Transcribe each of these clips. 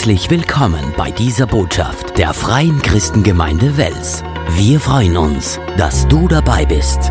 Herzlich willkommen bei dieser Botschaft der Freien Christengemeinde Wels. Wir freuen uns, dass du dabei bist.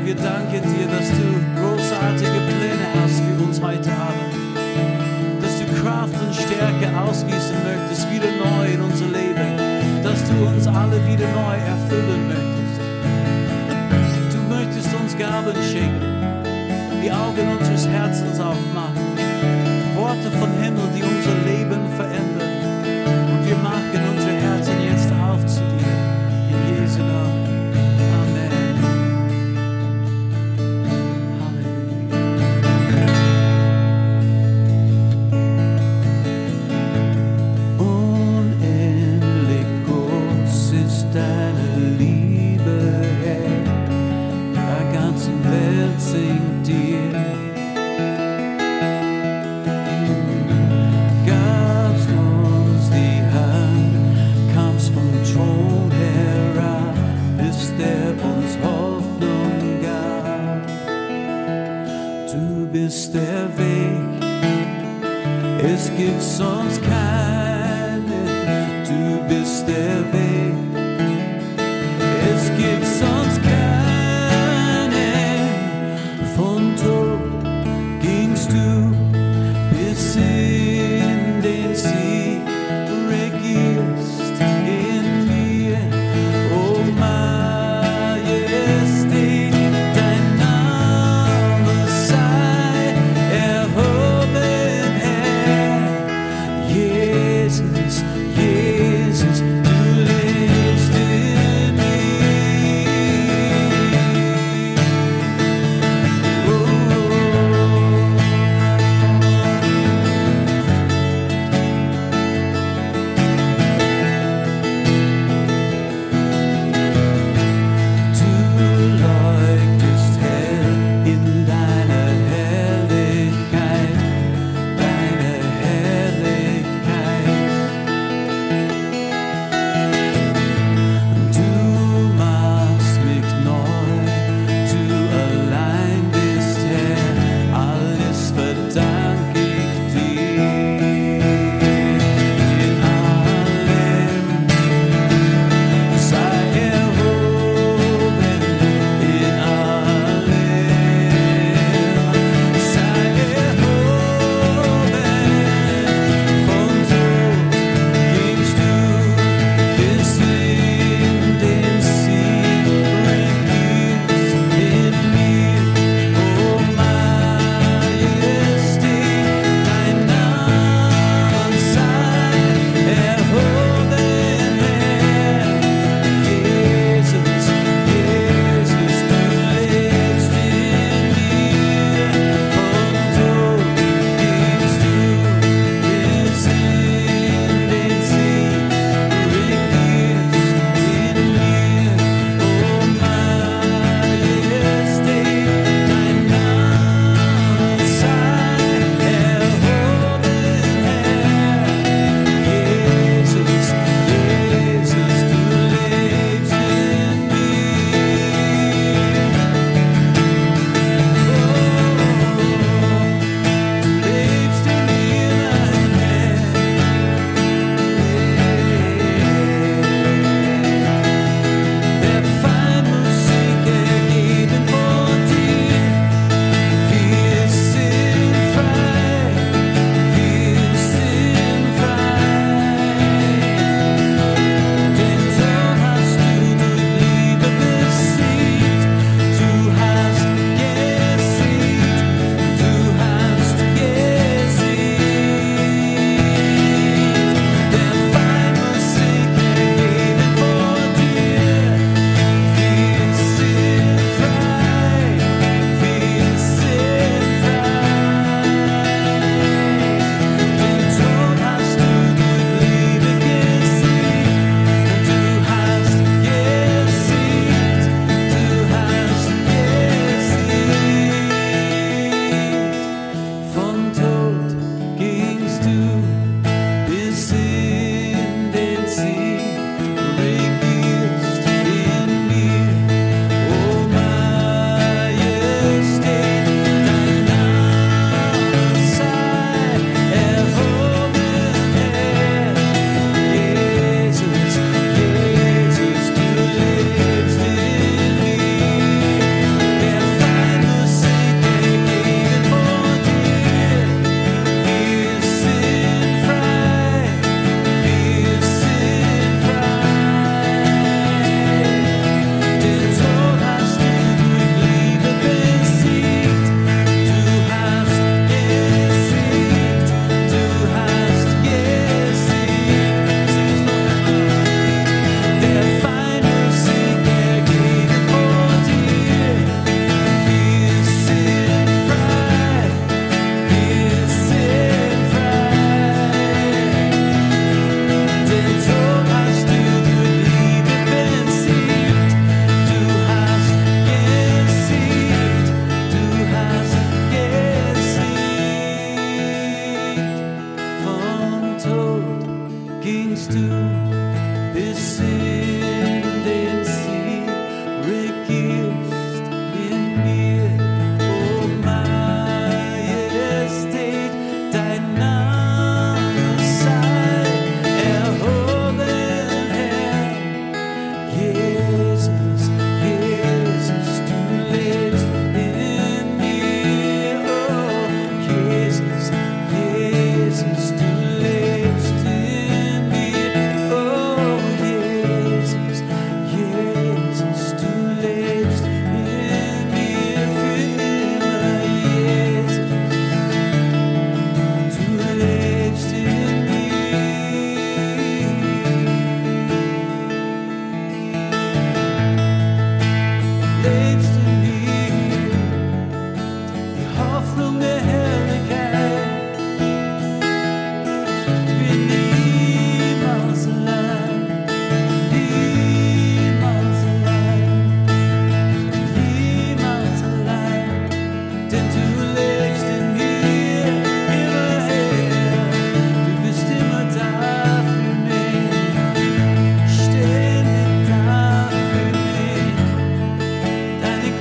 wir danken dir, dass du großartige Pläne hast für uns heute Abend. Dass du Kraft und Stärke ausgießen möchtest, wieder neu in unser Leben. Dass du uns alle wieder neu erfüllen möchtest. Du möchtest uns Gaben schenken, die Augen unseres Herzens aufmachen. Worte vom Himmel, die unser Leben verändern. Und wir machen unsere Herzen jetzt auf zu dir. In Jesu Namen. Amen. Halleluja. Unendlich groß ist deine Liebe, Herr. Der ganzen Welt singt dir. Der Weg, es gibt sonst keine, du bist der Weg, es gibt sonst keine, von Tod gingst du bis in den Sieg, regierst in mir, oh Majestät, dein Name sei erhoben, Herr. Jesus, Jesus, du lebst in mir. lebst in mir, die Hoffnung der Herrlichkeit. Ich bin niemals allein, niemals allein, niemals allein, denn du lebst in mir immer her. Du bist immer da für mich, ständig da für mich. Deine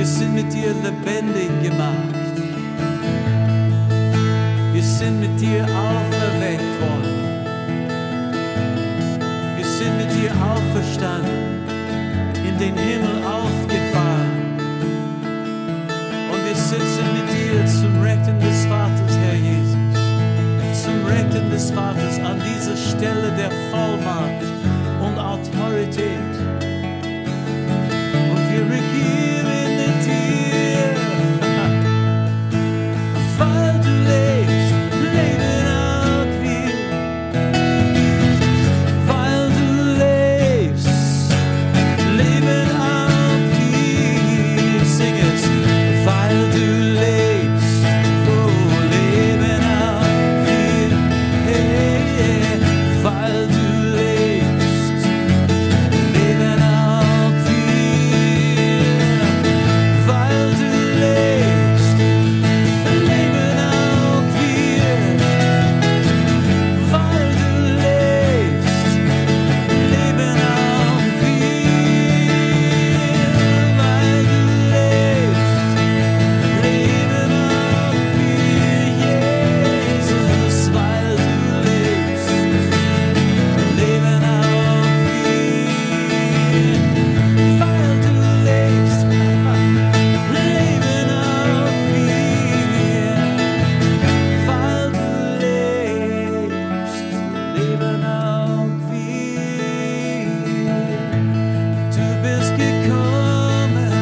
sind mit dir lebendig gemacht. Wir sind mit dir auferweckt worden. Wir sind mit dir auferstanden, in den Himmel aufgefahren. Und wir sitzen mit dir zum Rechten des Vaters, Herr Jesus. Zum Rechten des Vaters an dieser Stelle der Vollmacht und Autorität. Und wir regieren in dir, weil du lebst, leben auch wir. Weil du lebst, leben auch wir. Sing es, weil du lebst, oh, leben auch wir. Hey, hey. Weil du lebst, leben auch wir. Weil du lebst, leben auch wir. Weil du lebst, leben auch wir. Weil du lebst, leben auch wir, Jesus. Weil du lebst, leben auch wir. Weil du lebst, leben auch wir. Weil du lebst, leben auch wir. Du bist gekommen,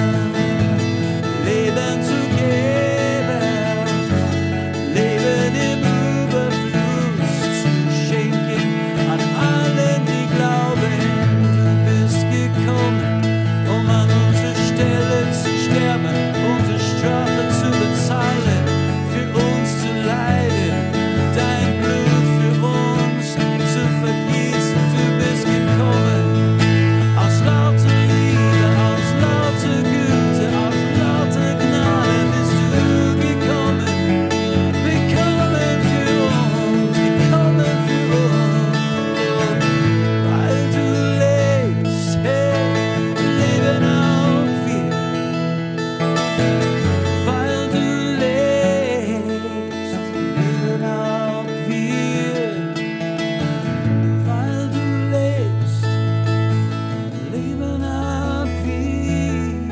Leben zu geben, Leben im Überfluss zu schenken an allen, die glauben. Du bist gekommen, um an unserer Stelle zu sterben, unsere Strafe zu bezahlen, für uns zu leiden, dein Blut für uns zu vergießen. Du bist gekommen, aus lauter Liebe, aus lauter Güte, aus lauter Gnade bist du gekommen, gekommen für uns, gekommen für uns. Weil du lebst, hey, leben auch wir. Weil du lebst, leben auch wir. Weil du lebst, leben auch wir.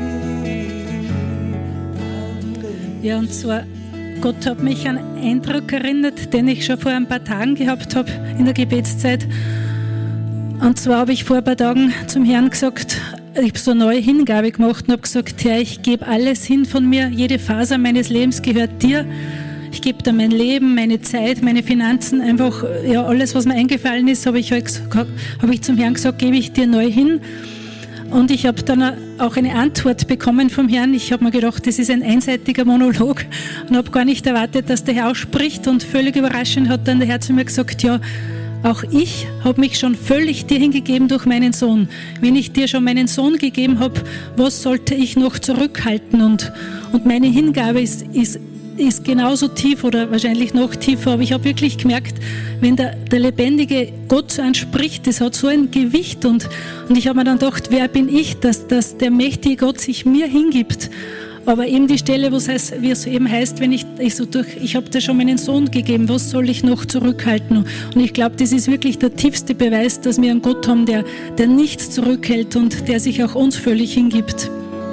Weil du lebst. Ja, und zwar, Gott hat mich an einen Eindruck erinnert, den ich schon vor ein paar Tagen gehabt habe in der Gebetszeit. Und zwar habe ich vor ein paar Tagen zum Herrn gesagt, ich habe so eine neue Hingabe gemacht und habe gesagt, Herr, ich gebe alles hin von mir, jede Faser meines Lebens gehört dir. Ich gebe dir mein Leben, meine Zeit, meine Finanzen, einfach ja, alles, was mir eingefallen ist, habe ich zum Herrn gesagt, gebe ich dir neu hin. Und ich habe dann auch eine Antwort bekommen vom Herrn. Ich habe mir gedacht, das ist ein einseitiger Monolog und habe gar nicht erwartet, dass der Herr ausspricht. Und völlig überraschend hat dann der Herr zu mir gesagt, ja, auch ich habe mich schon völlig dir hingegeben durch meinen Sohn. Wenn ich dir schon meinen Sohn gegeben habe, was sollte ich noch zurückhalten? Und meine Hingabe ist genauso tief oder wahrscheinlich noch tiefer. Aber ich habe wirklich gemerkt, wenn der lebendige Gott so anspricht, das hat so ein Gewicht. Und ich habe mir dann gedacht, wer bin ich, dass der mächtige Gott sich mir hingibt? Aber eben die Stelle, wie es eben heißt, wenn ich habe dir schon meinen Sohn gegeben, was soll ich noch zurückhalten? Und ich glaube, das ist wirklich der tiefste Beweis, dass wir einen Gott haben, der nichts zurückhält und der sich auch uns völlig hingibt.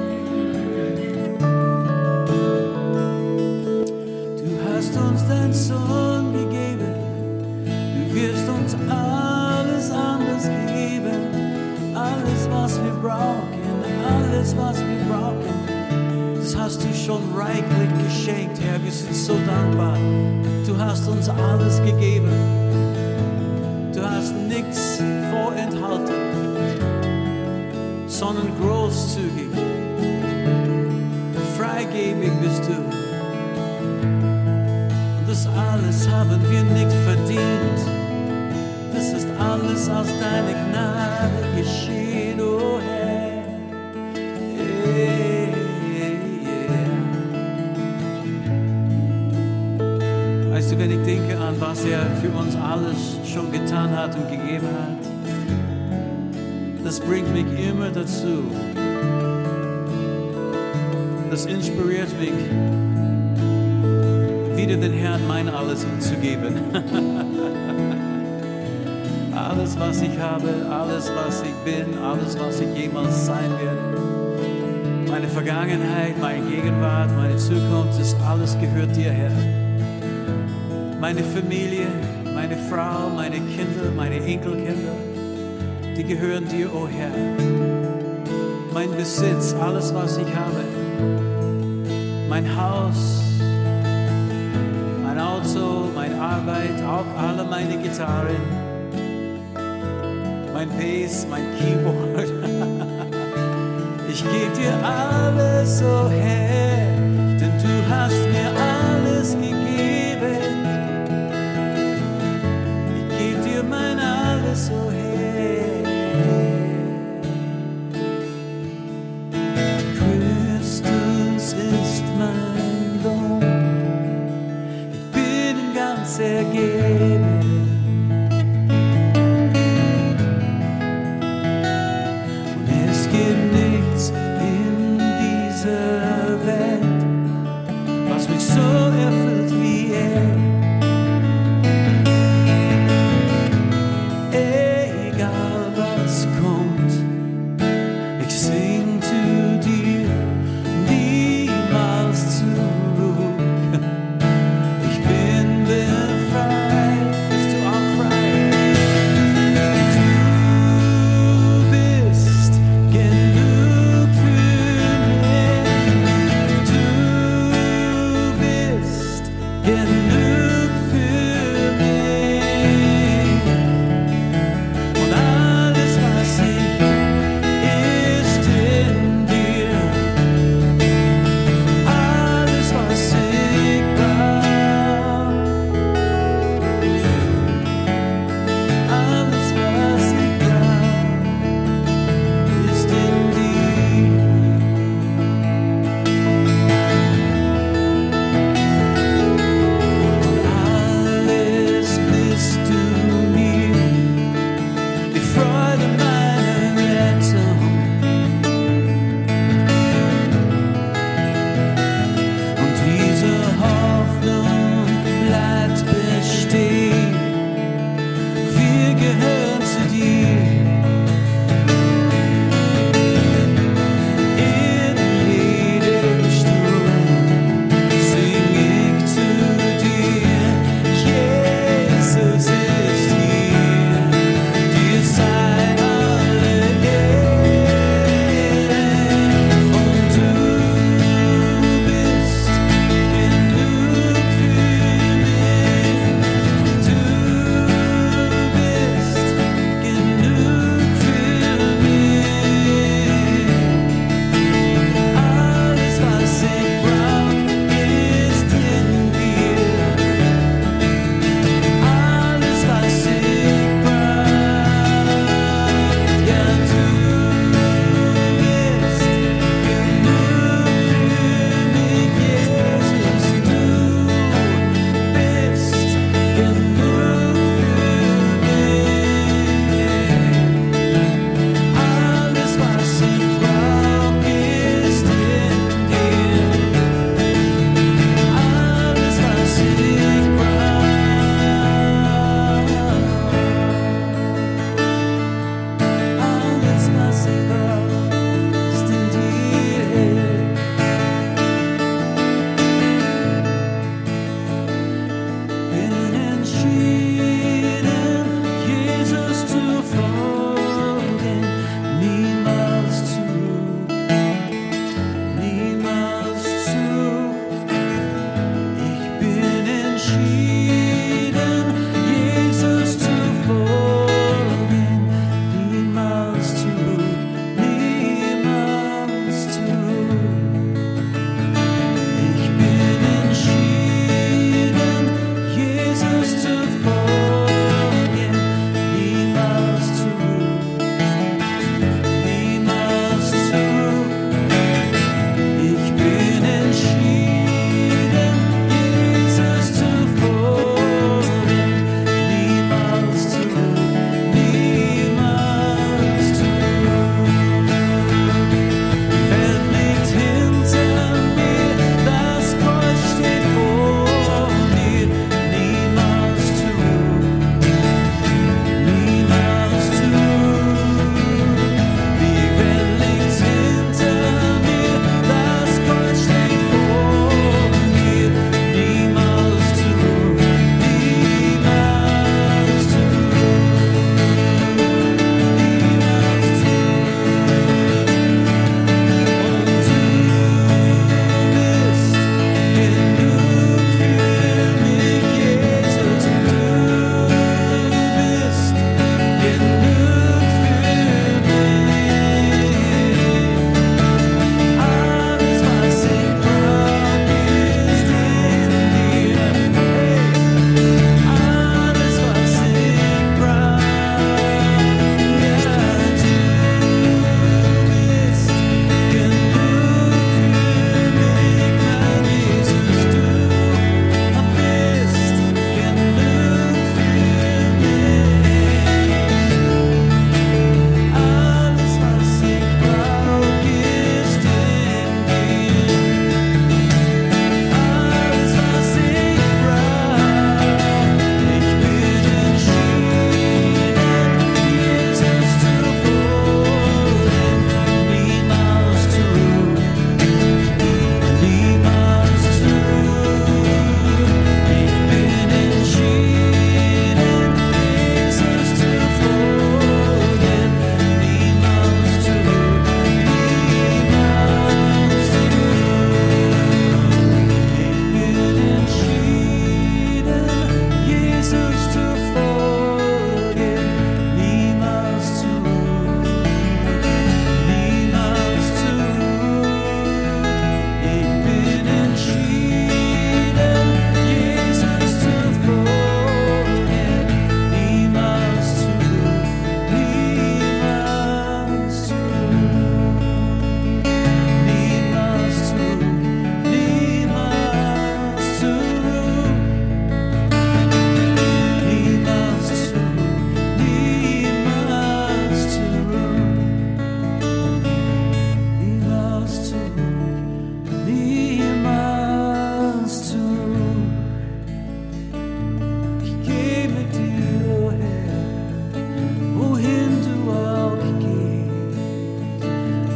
Du hast uns deinen Sohn gegeben, du wirst uns alles anders geben, alles was wir brauchen, alles was wir brauchen. Das hast du schon reichlich geschenkt, Herr. Wir sind so dankbar. Du hast uns alles gegeben. Du hast nichts vorenthalten, sondern großzügig. Freigebig bist du. Und das alles haben wir nicht verdient. Das ist alles aus deiner Gnade geschehen, oh Herr. Weißt du, wenn ich denke an, was er für uns alles schon getan hat und gegeben hat, das bringt mich immer dazu, das inspiriert mich, wieder den Herrn mein Alles hinzugeben. Alles, was ich habe, alles, was ich bin, alles, was ich jemals sein werde. Meine Vergangenheit, meine Gegenwart, meine Zukunft, das alles gehört dir, Herr. Meine Familie, meine Frau, meine Kinder, meine Enkelkinder, die gehören dir, oh Herr. Mein Besitz, alles, was ich habe, mein Haus, mein Auto, meine Arbeit, auch alle meine Gitarren, mein Bass, mein Keyboard. Ich gebe dir alles, oh Herr, denn du hast mir alles gegeben. Ich gebe dir mein alles, oh Herr. Christus ist mein Lohn, ich bin ganz ergeben. Und es gibt nichts in dieser Welt,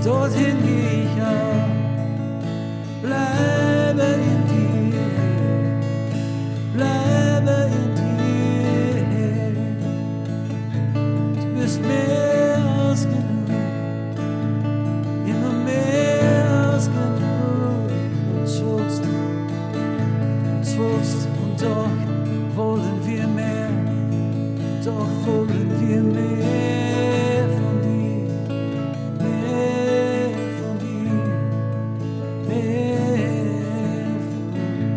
dorthin geh ich auch. Bleibe in dir, bleibe in dir. Du bist mehr als genug, immer mehr als genug. Und zwölfst, und doch wollen wir mehr, doch wollen wir mehr von dir, mehr von dir, mehr von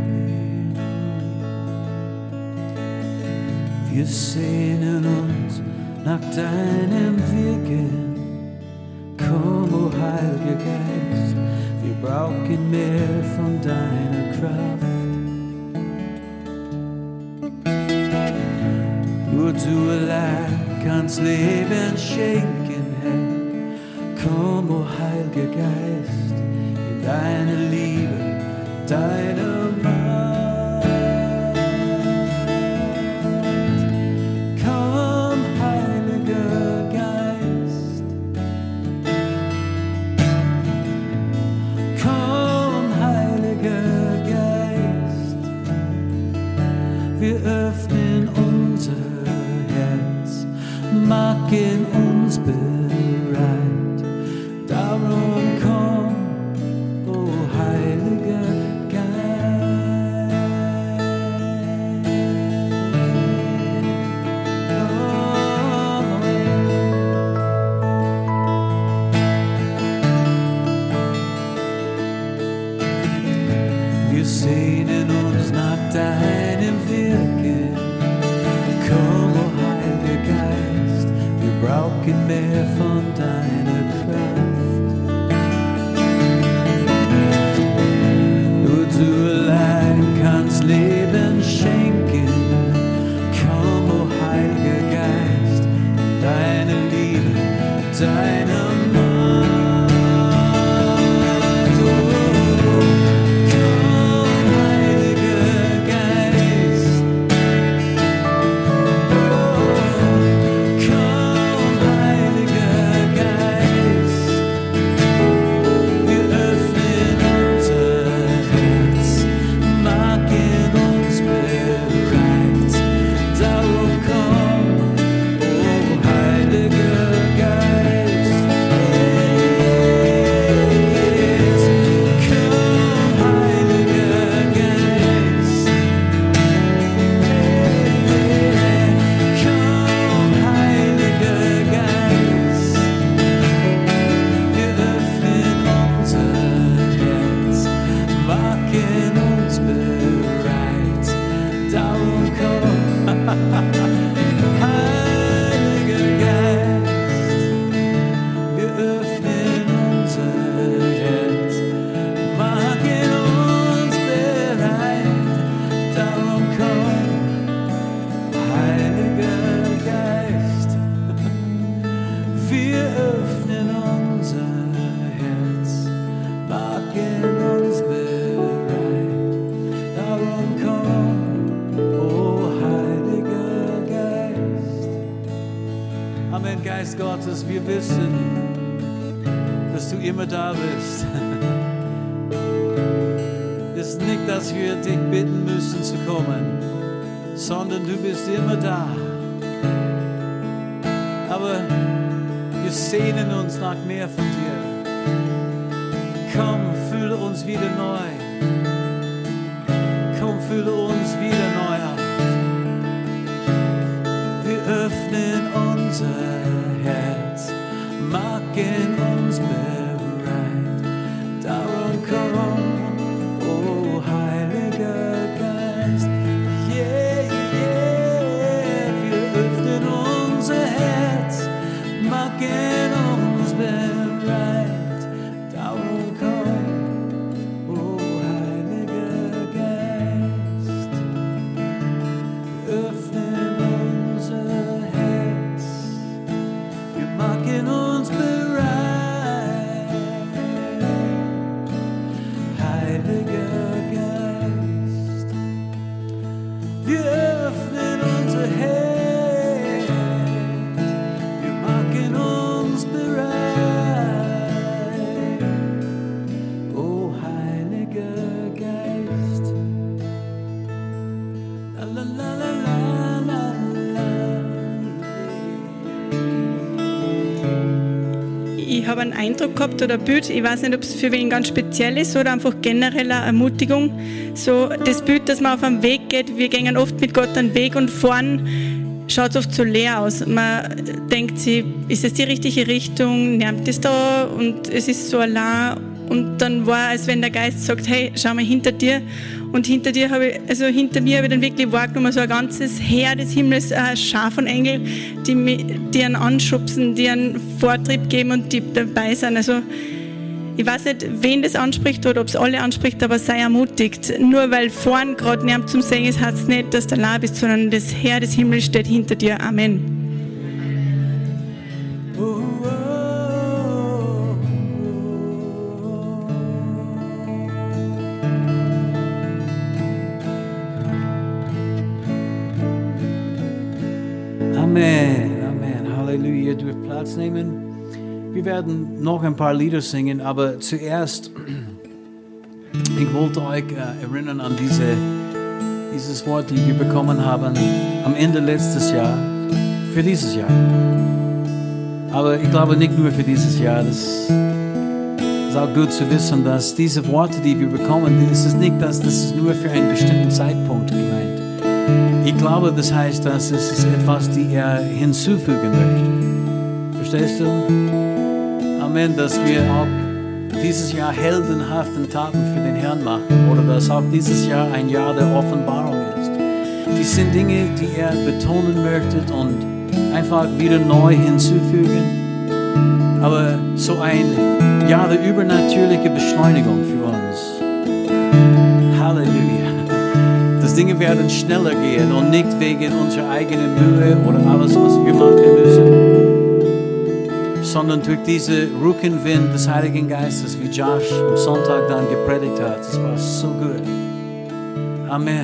dir. Wir sehnen uns nach deinem Wirken, komm, o Heiliger Geist, wir brauchen mehr von deiner Kraft. Nur du allein kannst Leben schenken, Herr. Komm, o Heiliger Geist, in deine Liebe, deine Macht. Komm, Heiliger Geist. Komm, Heiliger Geist. Wir öffnen unser Herz, machen uns bereit. Darum komm, o Heiliger Geist. Wir sehnen uns nach deinem Wirken. Komm, o Heiliger Geist, wir brauchen mehr von deiner Kraft. Nur du allein kannst Leben schenken. Komm, o Heiliger Geist, deine Liebe, deine Macht. Geist Gottes, wir wissen, dass du immer da bist. Es ist nicht, dass wir dich bitten müssen zu kommen, sondern du bist immer da. Aber wir sehnen uns nach mehr von dir. Komm, fühle uns wieder neu. Komm, fühle uns wieder neu auf. Wir öffnen unser Herz, machen uns bereit. Darum komm, o Heiliger Geist. Yeah, yeah, wir öffnen unser Herz, machen uns bereit. Darum komm, o Heiliger Geist. habe einen Eindruck gehabt oder ein Bild, ich weiß nicht, ob es für wen ganz speziell ist oder einfach generell eine Ermutigung. So das Bild, dass man auf einem Weg geht, wir gehen oft mit Gott einen Weg und vorn schaut es oft so leer aus. Man denkt sich, ist es die richtige Richtung, nervt es da und es ist so allein. Und dann war, als wenn der Geist sagt, hey, schau mal hinter dir. Und hinter mir habe ich dann wirklich wahrgenommen, so ein ganzes Heer des Himmels, eine Schar von Engeln, die einen anschubsen, die einen Vortrieb geben und die dabei sind. Also ich weiß nicht, wen das anspricht oder ob es alle anspricht, aber sei ermutigt. Nur weil vorn gerade niemand zum Singen ist, heißt es nicht, dass du allein bist, sondern das Heer des Himmels steht hinter dir. Amen. Amen, Amen, Halleluja. Du wirst Platz nehmen. Wir werden noch ein paar Lieder singen, aber zuerst, ich wollte euch erinnern an dieses Wort, die wir bekommen haben am Ende letztes Jahr, für dieses Jahr. Aber ich glaube nicht nur für dieses Jahr, das ist auch gut zu wissen, dass diese Worte, die wir bekommen, das ist nicht, dass das ist nur für einen bestimmten Zeitpunkt gemeint. Ich glaube, das heißt, dass es ist etwas, die er hinzufügen möchte. Verstehst du? Amen, dass wir auch dieses Jahr heldenhaften Taten für den Herrn machen oder dass auch dieses Jahr ein Jahr der Offenbarung ist. Dies sind Dinge, die er betonen möchte und einfach wieder neu hinzufügen. Aber so ein Jahr der übernatürlichen Beschleunigung für uns. Halleluja. Dass Dinge werden schneller gehen und nicht wegen unserer eigenen Mühe oder alles, was wir machen müssen, sondern durch diese Rückenwind des Heiligen Geistes, wie Josh am Sonntag dann gepredigt hat. Das war so gut. Amen.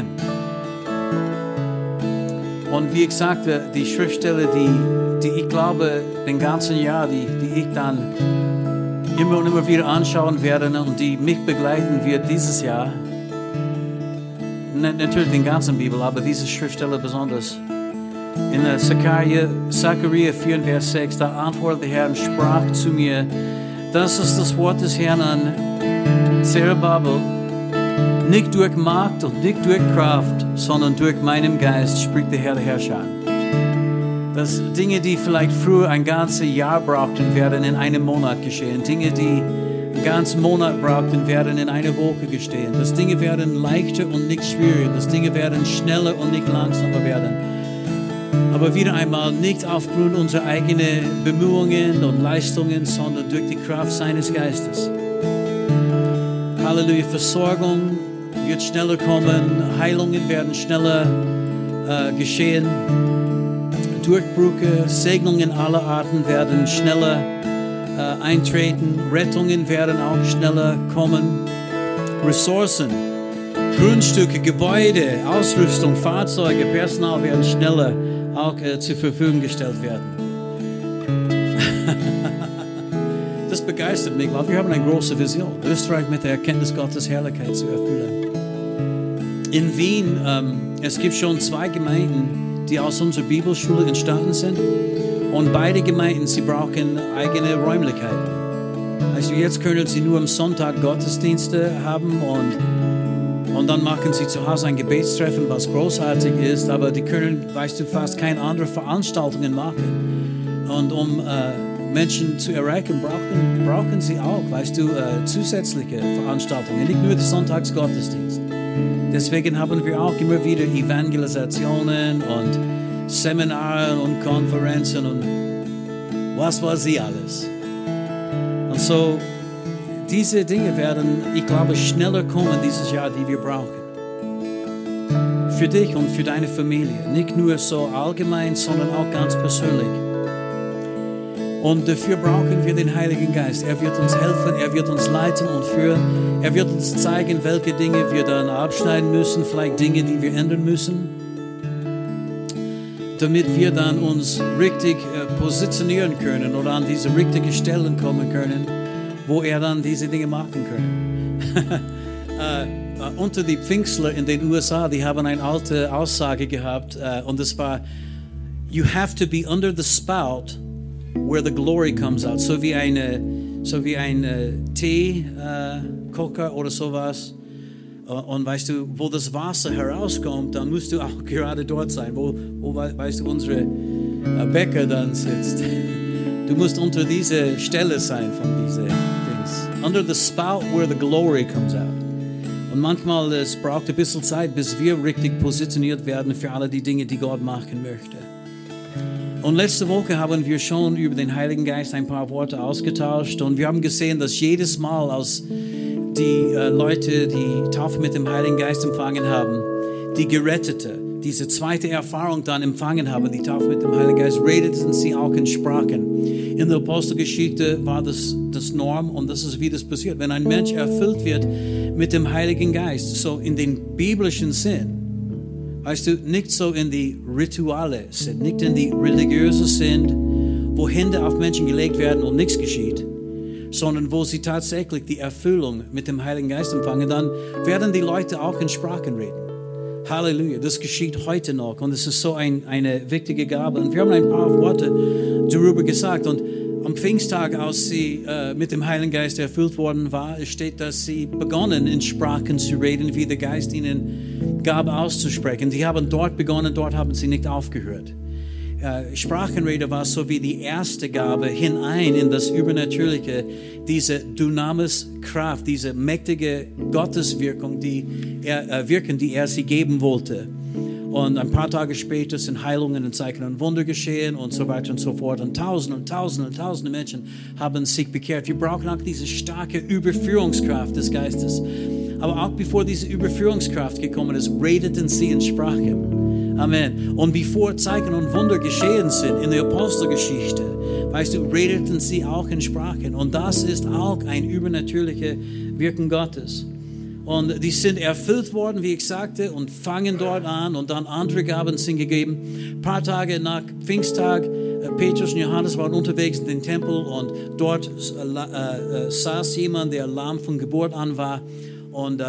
Und wie ich sagte, die Schriftstelle, die ich glaube, den ganzen Jahr, die ich dann immer und immer wieder anschauen werde und die mich begleiten wird dieses Jahr, natürlich den ganzen Bibel, aber diese Schriftstelle besonders. In Zachariah 4, Vers 6, da antwortete der Herr und sprach zu mir, das ist das Wort des Herrn an Zerubbabel, nicht durch Macht und nicht durch Kraft, sondern durch meinen Geist, spricht der Herr der Herrscher. Dass Dinge, die vielleicht früher ein ganzes Jahr brauchten, werden in einem Monat geschehen. Dinge, die einen ganzen Monat brauchten, werden in einer Woche geschehen. Dass Dinge werden leichter und nicht schwieriger. Dass Dinge werden schneller und nicht langsamer werden. Aber wieder einmal nicht aufgrund unserer eigenen Bemühungen und Leistungen, sondern durch die Kraft seines Geistes. Halleluja, Versorgung wird schneller kommen, Heilungen werden schneller geschehen, Durchbrüche, Segnungen aller Arten werden schneller eintreten, Rettungen werden auch schneller kommen, Ressourcen, Grundstücke, Gebäude, Ausrüstung, Fahrzeuge, Personal werden schneller auch zur Verfügung gestellt werden. Das begeistert mich, weil wir haben eine große Vision, Österreich mit der Erkenntnis Gottes Herrlichkeit zu erfüllen. In Wien, es gibt schon 2 Gemeinden, die aus unserer Bibelschule entstanden sind und beide Gemeinden, sie brauchen eigene Räumlichkeiten. Also jetzt können sie nur am Sonntag Gottesdienste haben und dann machen sie zu Hause ein Gebetstreffen, was großartig ist, aber die können, weißt du, fast keine anderen Veranstaltungen machen. Und um Menschen zu erreichen, brauchen sie auch, weißt du, zusätzliche Veranstaltungen, nicht nur den Sonntagsgottesdienst. Deswegen haben wir auch immer wieder Evangelisationen und Seminare und Konferenzen und was weiß ich alles. Und so, diese Dinge werden, ich glaube, schneller kommen dieses Jahr, die wir brauchen. Für dich und für deine Familie. Nicht nur so allgemein, sondern auch ganz persönlich. Und dafür brauchen wir den Heiligen Geist. Er wird uns helfen, er wird uns leiten und führen. Er wird uns zeigen, welche Dinge wir dann abschneiden müssen, vielleicht Dinge, die wir ändern müssen, damit wir dann uns richtig positionieren können oder an diese richtigen Stellen kommen können, wo er dann diese Dinge machen kann. Unter die Pfingstler in den USA, die haben eine alte Aussage gehabt und das war, you have to be under the spout where the glory comes out. So wie eine so wie ein Teekocher oder sowas. Und weißt du, wo das Wasser herauskommt, dann musst du auch gerade dort sein, wo weißt du, unsere Bäcker dann sitzt. Du musst unter dieser Stelle sein von diesen Dings. Under the spout where the glory comes out. Und manchmal es braucht ein bisschen Zeit, bis wir richtig positioniert werden für alle die Dinge, die Gott machen möchte. Und letzte Woche haben wir schon über den Heiligen Geist ein paar Worte ausgetauscht und wir haben gesehen, dass jedes Mal, als die Leute die Taufe mit dem Heiligen Geist empfangen haben, die Gerettete, diese zweite Erfahrung dann empfangen haben, die Taufe mit dem Heiligen Geist, redeten sie auch in Sprachen. In der Apostelgeschichte war das Norm und das ist, wie das passiert. Wenn ein Mensch erfüllt wird mit dem Heiligen Geist, so in den biblischen Sinn, weißt du, nicht so in die Rituale sind, nicht in die religiöse sind, wo Hände auf Menschen gelegt werden und nichts geschieht, sondern wo sie tatsächlich die Erfüllung mit dem Heiligen Geist empfangen, dann werden die Leute auch in Sprachen reden. Halleluja, das geschieht heute noch und es ist so eine wichtige Gabe. Und wir haben ein paar Worte darüber gesagt und am Pfingsttag, als sie mit dem Heiligen Geist erfüllt worden war, steht, dass sie begonnen in Sprachen zu reden, wie der Geist ihnen gab auszusprechen. Die haben dort begonnen, dort haben sie nicht aufgehört. Sprachenrede war so wie die erste Gabe hinein in das Übernatürliche, diese Dynamis-Kraft, diese mächtige Gotteswirkung, die er sie geben wollte. Und ein paar Tage später sind Heilungen und Zeichen und Wunder geschehen und so weiter und so fort. Und tausende Menschen haben sich bekehrt. Wir brauchen auch diese starke Überführungskraft des Geistes. Aber auch bevor diese Überführungskraft gekommen ist, redeten sie in Sprachen. Amen. Und bevor Zeichen und Wunder geschehen sind in der Apostelgeschichte, weißt du, redeten sie auch in Sprachen. Und das ist auch ein übernatürliches Wirken Gottes. Und die sind erfüllt worden, wie ich sagte, und fangen dort an. Und dann andere Gaben sind gegeben. Ein paar Tage nach Pfingsttag, Petrus und Johannes waren unterwegs in den Tempel. Und dort saß jemand, der lahm von Geburt an war. Und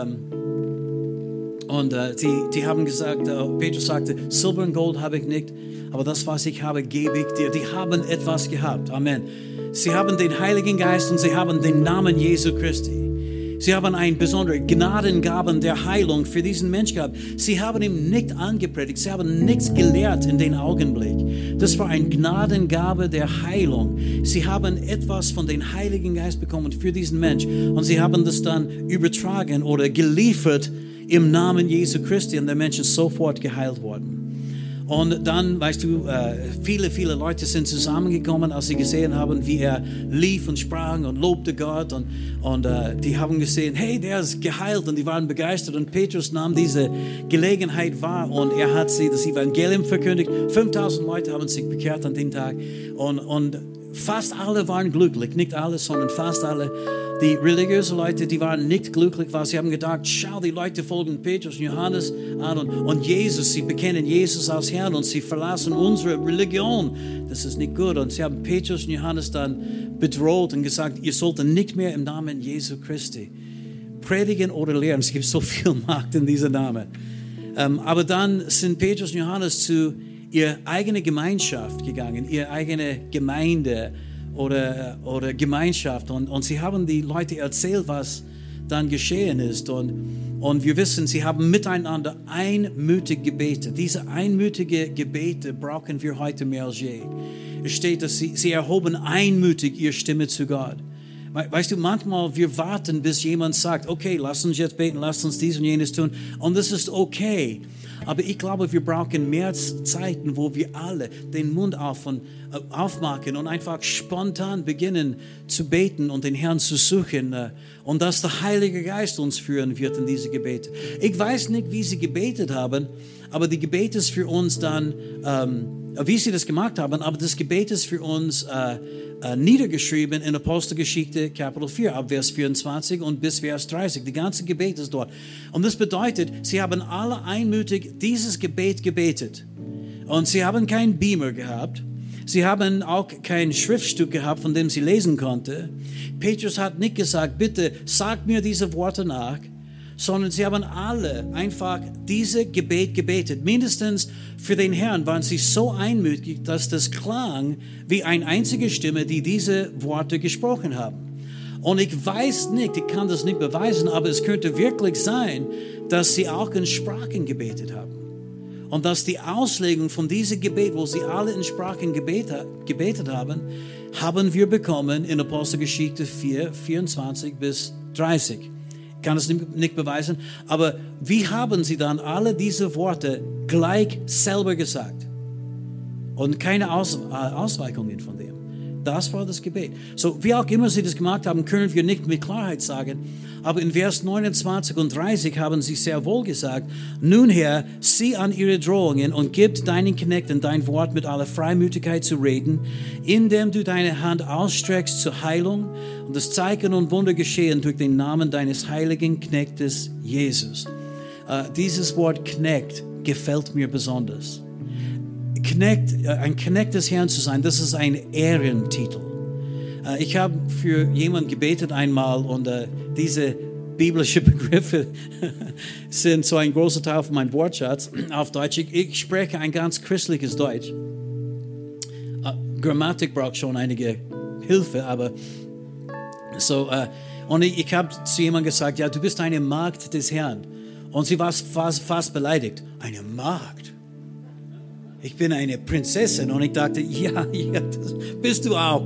die haben gesagt, Petrus sagte, Silber und Gold habe ich nicht, aber das, was ich habe, gebe ich dir. Die haben etwas gehabt. Amen. Sie haben den Heiligen Geist und sie haben den Namen Jesu Christi. Sie haben eine besondere Gnadengaben der Heilung für diesen Mensch gehabt. Sie haben ihm nicht angepredigt. Sie haben nichts gelehrt in den Augenblick. Das war eine Gnadengabe der Heilung. Sie haben etwas von dem Heiligen Geist bekommen für diesen Mensch. Und sie haben das dann übertragen oder geliefert im Namen Jesu Christi. Und der Mensch ist sofort geheilt worden. Und dann, weißt du, viele Leute sind zusammengekommen, als sie gesehen haben, wie er lief und sprang und lobte Gott. Und die haben gesehen, hey, der ist geheilt. Und die waren begeistert. Und Petrus nahm diese Gelegenheit wahr und er hat sie das Evangelium verkündigt. 5000 Leute haben sich bekehrt an dem Tag. Und fast alle waren glücklich. Nicht alle, sondern fast alle. Die religiösen Leute, die waren nicht glücklich, weil sie haben gedacht, schau, die Leute folgen Petrus und Johannes an und Jesus, sie bekennen Jesus als Herrn und sie verlassen unsere Religion. Das ist nicht gut. Und sie haben Petrus und Johannes dann bedroht und gesagt, ihr solltet nicht mehr im Namen Jesu Christi predigen oder lehren. Es gibt so viel Macht in diesem Namen. Aber dann sind Petrus und Johannes zu ihrer eigenen Gemeinschaft gegangen, ihre eigene Gemeinde oder Gemeinschaft und sie haben die Leute erzählt, was dann geschehen ist und wir wissen, sie haben miteinander einmütig gebetet. Diese einmütigen Gebete brauchen wir heute mehr als je. Es steht, dass sie erhoben einmütig ihre Stimme zu Gott. Weißt du, manchmal wir warten, bis jemand sagt, okay, lass uns jetzt beten, lass uns dies und jenes tun und das ist okay. Aber ich glaube, wir brauchen mehr Zeiten, wo wir alle den Mund aufmachen und einfach spontan beginnen zu beten und den Herrn zu suchen. Und dass der Heilige Geist uns führen wird in diese Gebete. Ich weiß nicht, wie sie gebetet haben, aber die Gebete ist für uns dann, wie sie das gemacht haben, aber das Gebet ist für uns niedergeschrieben in Apostelgeschichte Kapitel 4, ab Vers 24 und bis Vers 30. Die ganze Gebet ist dort. Und das bedeutet, sie haben alle einmütig dieses Gebet gebetet. Und sie haben keinen Beamer gehabt. Sie haben auch kein Schriftstück gehabt, von dem sie lesen konnte. Petrus hat nicht gesagt, bitte sag mir diese Worte nach, sondern sie haben alle einfach diese Gebet gebetet. Mindestens für den Herrn waren sie so einmütig, dass das klang wie eine einzige Stimme, die diese Worte gesprochen haben. Und ich weiß nicht, ich kann das nicht beweisen, aber es könnte wirklich sein, dass sie auch in Sprachen gebetet haben. Und dass die Auslegung von diesem Gebet, wo sie alle in Sprachen gebetet haben, haben wir bekommen in Apostelgeschichte 4, 24 bis 30. Ich kann es nicht beweisen, aber wie haben sie dann alle diese Worte gleich selber gesagt? Und keine Ausweichungen von dem. Das war das Gebet. So, wie auch immer sie das gemacht haben, können wir nicht mit Klarheit sagen. Aber in Vers 29 und 30 haben sie sehr wohl gesagt, nun Herr, sieh an ihre Drohungen und gib deinen Knechten dein Wort mit aller Freimütigkeit zu reden, indem du deine Hand ausstreckst zur Heilung und das Zeichen und Wunder geschehen durch den Namen deines heiligen Knechtes Jesus. Dieses Wort Knecht gefällt mir besonders. Ein Knecht des Herrn zu sein, das ist ein Ehrentitel. Ich habe für jemanden gebetet einmal und diese biblischen Begriffe sind so ein großer Teil von meinem Wortschatz auf Deutsch. Ich spreche ein ganz christliches Deutsch. Grammatik braucht schon einige Hilfe, aber so. Und ich habe zu jemandem gesagt, ja, du bist eine Magd des Herrn. Und sie war fast beleidigt. Eine Magd? Ich bin eine Prinzessin. Und ich dachte, ja, das bist du auch.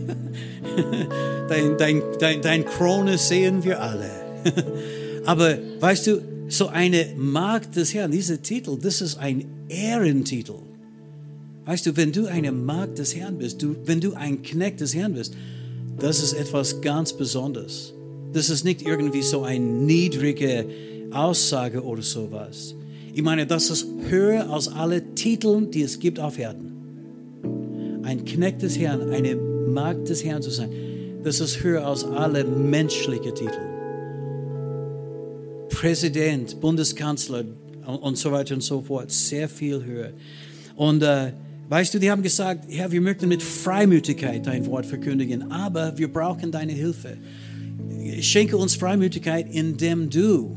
Dein Krone sehen wir alle. Aber weißt du, so eine Magd des Herrn, dieser Titel, das ist ein Ehrentitel. Weißt du, wenn du eine Magd des Herrn bist, wenn du ein Knecht des Herrn bist, das ist etwas ganz Besonderes. Das ist nicht irgendwie so eine niedrige Aussage oder sowas. Ich meine, das ist höher als alle Titel, die es gibt auf Erden. Ein Knecht des Herrn, eine Magd des Herrn zu sein, das ist höher als alle menschlichen Titel. Präsident, Bundeskanzler und so weiter und so fort, sehr viel höher. Und weißt du, die haben gesagt, Herr, wir möchten mit Freimütigkeit dein Wort verkündigen, aber wir brauchen deine Hilfe. Schenke uns Freimütigkeit, indem du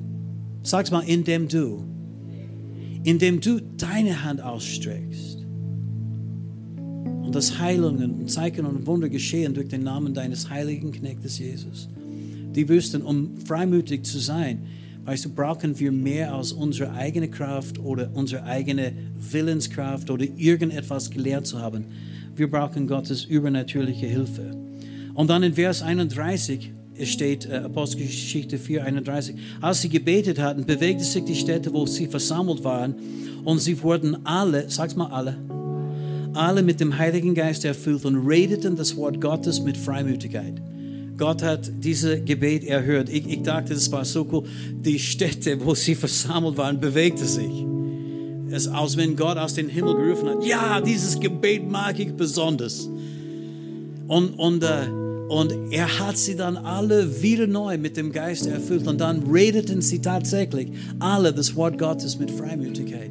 deine Hand ausstreckst. Und dass Heilungen, Zeichen und Wunder geschehen durch den Namen deines heiligen Knechtes Jesus. Die wüssten, um freimütig zu sein, weißt du, brauchen wir mehr als unsere eigene Kraft oder unsere eigene Willenskraft oder irgendetwas gelernt zu haben. Wir brauchen Gottes übernatürliche Hilfe. Und dann in Vers 31, es steht Apostelgeschichte 4,31, als sie gebetet hatten, bewegte sich die Städte, wo sie versammelt waren, und sie wurden alle, sag's mal alle mit dem Heiligen Geist erfüllt und redeten das Wort Gottes mit Freimütigkeit. Gott hat dieses Gebet erhört. Ich dachte, das war so cool. Die Städte, wo sie versammelt waren, bewegte sich. Es ist, als wenn Gott aus dem Himmel gerufen hat, ja, dieses Gebet mag ich besonders. Und er hat sie dann alle wieder neu mit dem Geist erfüllt. Und dann redeten sie tatsächlich alle das Wort Gottes mit Freimütigkeit.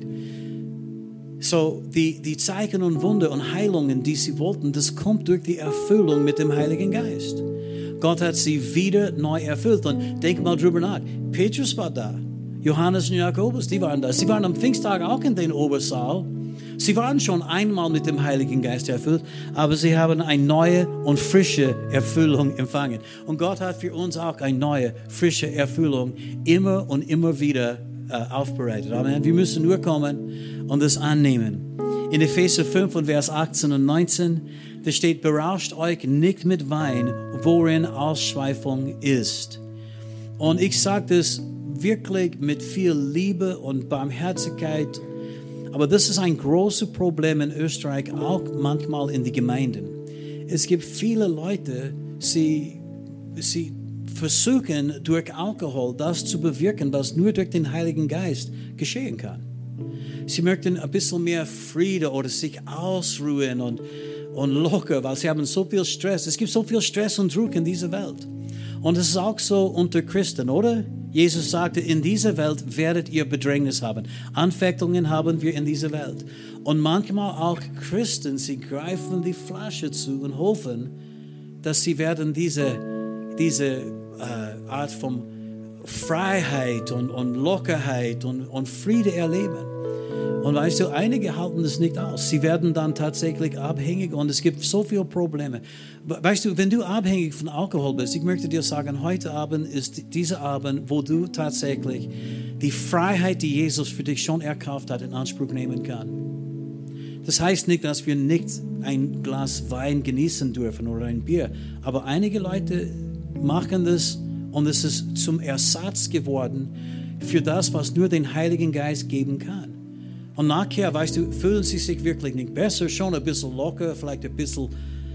So, die Zeichen und Wunder und Heilungen, die sie wollten, das kommt durch die Erfüllung mit dem Heiligen Geist. Gott hat sie wieder neu erfüllt. Und denk mal drüber nach. Petrus war da. Johannes und Jakobus, die waren da. Sie waren am Pfingsttag auch in den Obersaal. Sie waren schon einmal mit dem Heiligen Geist erfüllt, aber sie haben eine neue und frische Erfüllung empfangen. Und Gott hat für uns auch eine neue, frische Erfüllung immer und immer wieder aufbereitet. Amen. Wir müssen nur kommen und es annehmen. In Epheser 5 und Vers 18 und 19, da steht, berauscht euch nicht mit Wein, worin Ausschweifung ist. Und ich sage das wirklich mit viel Liebe und Barmherzigkeit. Aber das ist ein großes Problem in Österreich, auch manchmal in den Gemeinden. Es gibt viele Leute, sie versuchen durch Alkohol das zu bewirken, was nur durch den Heiligen Geist geschehen kann. Sie möchten ein bisschen mehr Friede oder sich ausruhen und locker, weil sie haben so viel Stress. Es gibt so viel Stress und Druck in dieser Welt. Und es ist auch so unter Christen, oder? Jesus sagte, in dieser Welt werdet ihr Bedrängnis haben. Anfechtungen haben wir in dieser Welt. Und manchmal auch Christen, sie greifen die Flasche zu und hoffen, dass sie werden diese Art von Freiheit und Lockerheit und Friede erleben. Und weißt du, einige halten das nicht aus. Sie werden dann tatsächlich abhängig und es gibt so viele Probleme. Weißt du, wenn du abhängig von Alkohol bist, ich möchte dir sagen, heute Abend ist dieser Abend, wo du tatsächlich die Freiheit, die Jesus für dich schon erkauft hat, in Anspruch nehmen kannst. Das heißt nicht, dass wir nicht ein Glas Wein genießen dürfen oder ein Bier, aber einige Leute machen das und es ist zum Ersatz geworden für das, was nur den Heiligen Geist geben kann. Und nachher, weißt du, fühlen sie sich wirklich nicht besser, schon ein bisschen locker, vielleicht ein bisschen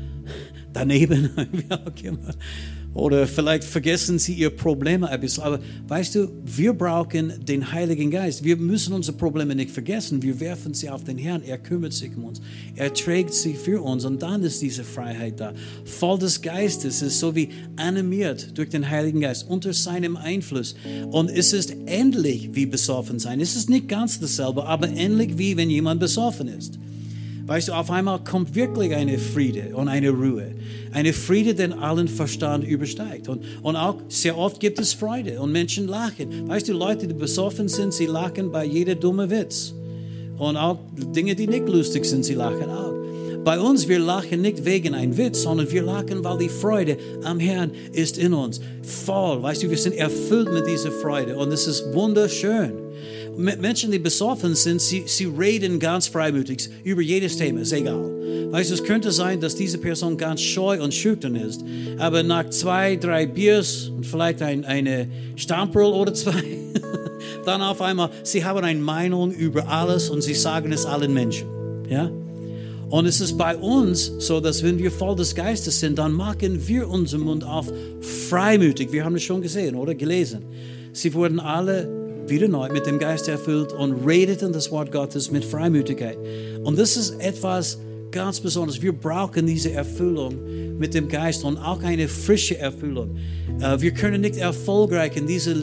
daneben, wie auch immer. Oder vielleicht vergessen sie ihr Problem ein bisschen. Aber weißt du, wir brauchen den Heiligen Geist. Wir müssen unsere Probleme nicht vergessen. Wir werfen sie auf den Herrn. Er kümmert sich um uns. Er trägt sie für uns. Und dann ist diese Freiheit da. Voll des Geistes. Es ist so wie animiert durch den Heiligen Geist unter seinem Einfluss. Und es ist ähnlich wie besoffen sein. Es ist nicht ganz dasselbe, aber ähnlich wie wenn jemand besoffen ist. Weißt du, auf einmal kommt wirklich eine Friede und eine Ruhe. Eine Friede, den allen Verstand übersteigt. Und auch sehr oft gibt es Freude und Menschen lachen. Weißt du, Leute, die besoffen sind, sie lachen bei jeder dumme Witz. Und auch Dinge, die nicht lustig sind, sie lachen auch. Bei uns, wir lachen nicht wegen einem Witz, sondern wir lachen, weil die Freude am Herrn ist in uns. Voll, weißt du, wir sind erfüllt mit dieser Freude und es ist wunderschön. Menschen, die besoffen sind, sie reden ganz freimütig über jedes Thema, ist egal. Weißt du, es könnte sein, dass diese Person ganz scheu und schüchtern ist, aber nach 2, 3 Biers und vielleicht eine Stamperl oder 2, dann auf einmal, sie haben eine Meinung über alles und sie sagen es allen Menschen. Ja? Und es ist bei uns so, dass wenn wir voll des Geistes sind, dann machen wir unseren Mund auf freimütig. Wir haben es schon gesehen oder gelesen. Sie wurden alle wieder neu mit dem Geist erfüllt und redeten das Wort Gottes mit Freimütigkeit. Und das ist etwas ganz Besonderes. Wir brauchen diese Erfüllung mit dem Geist und auch eine frische Erfüllung. Wir können nicht erfolgreich in diesem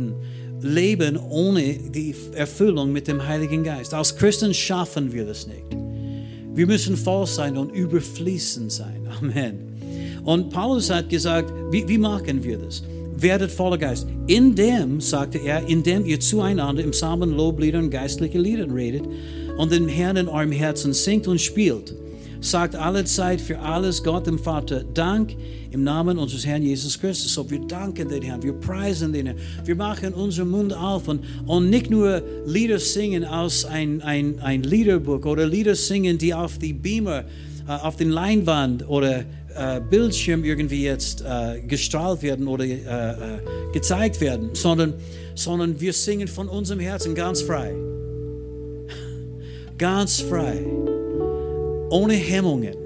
Leben ohne die Erfüllung mit dem Heiligen Geist. Als Christen schaffen wir das nicht. Wir müssen voll sein und überfließend sein. Amen. Und Paulus hat gesagt, wie machen wir das? Werdet voller Geist. Indem, sagte er, indem ihr zueinander im Psalmen, Lobliedern und geistliche Lieder redet und den Herrn in eurem Herzen singt und spielt. Sagt alle Zeit für alles Gott dem Vater Dank im Namen unseres Herrn Jesus Christus. So, wir danken den Herrn, wir preisen den Herrn, wir machen unseren Mund auf und nicht nur Lieder singen aus ein Liederbuch oder Lieder singen, die auf die Beamer, auf den Leinwand oder Bildschirm irgendwie jetzt gestrahlt werden oder gezeigt werden, sondern wir singen von unserem Herzen ganz frei. Ganz frei. Ohne Hemmungen.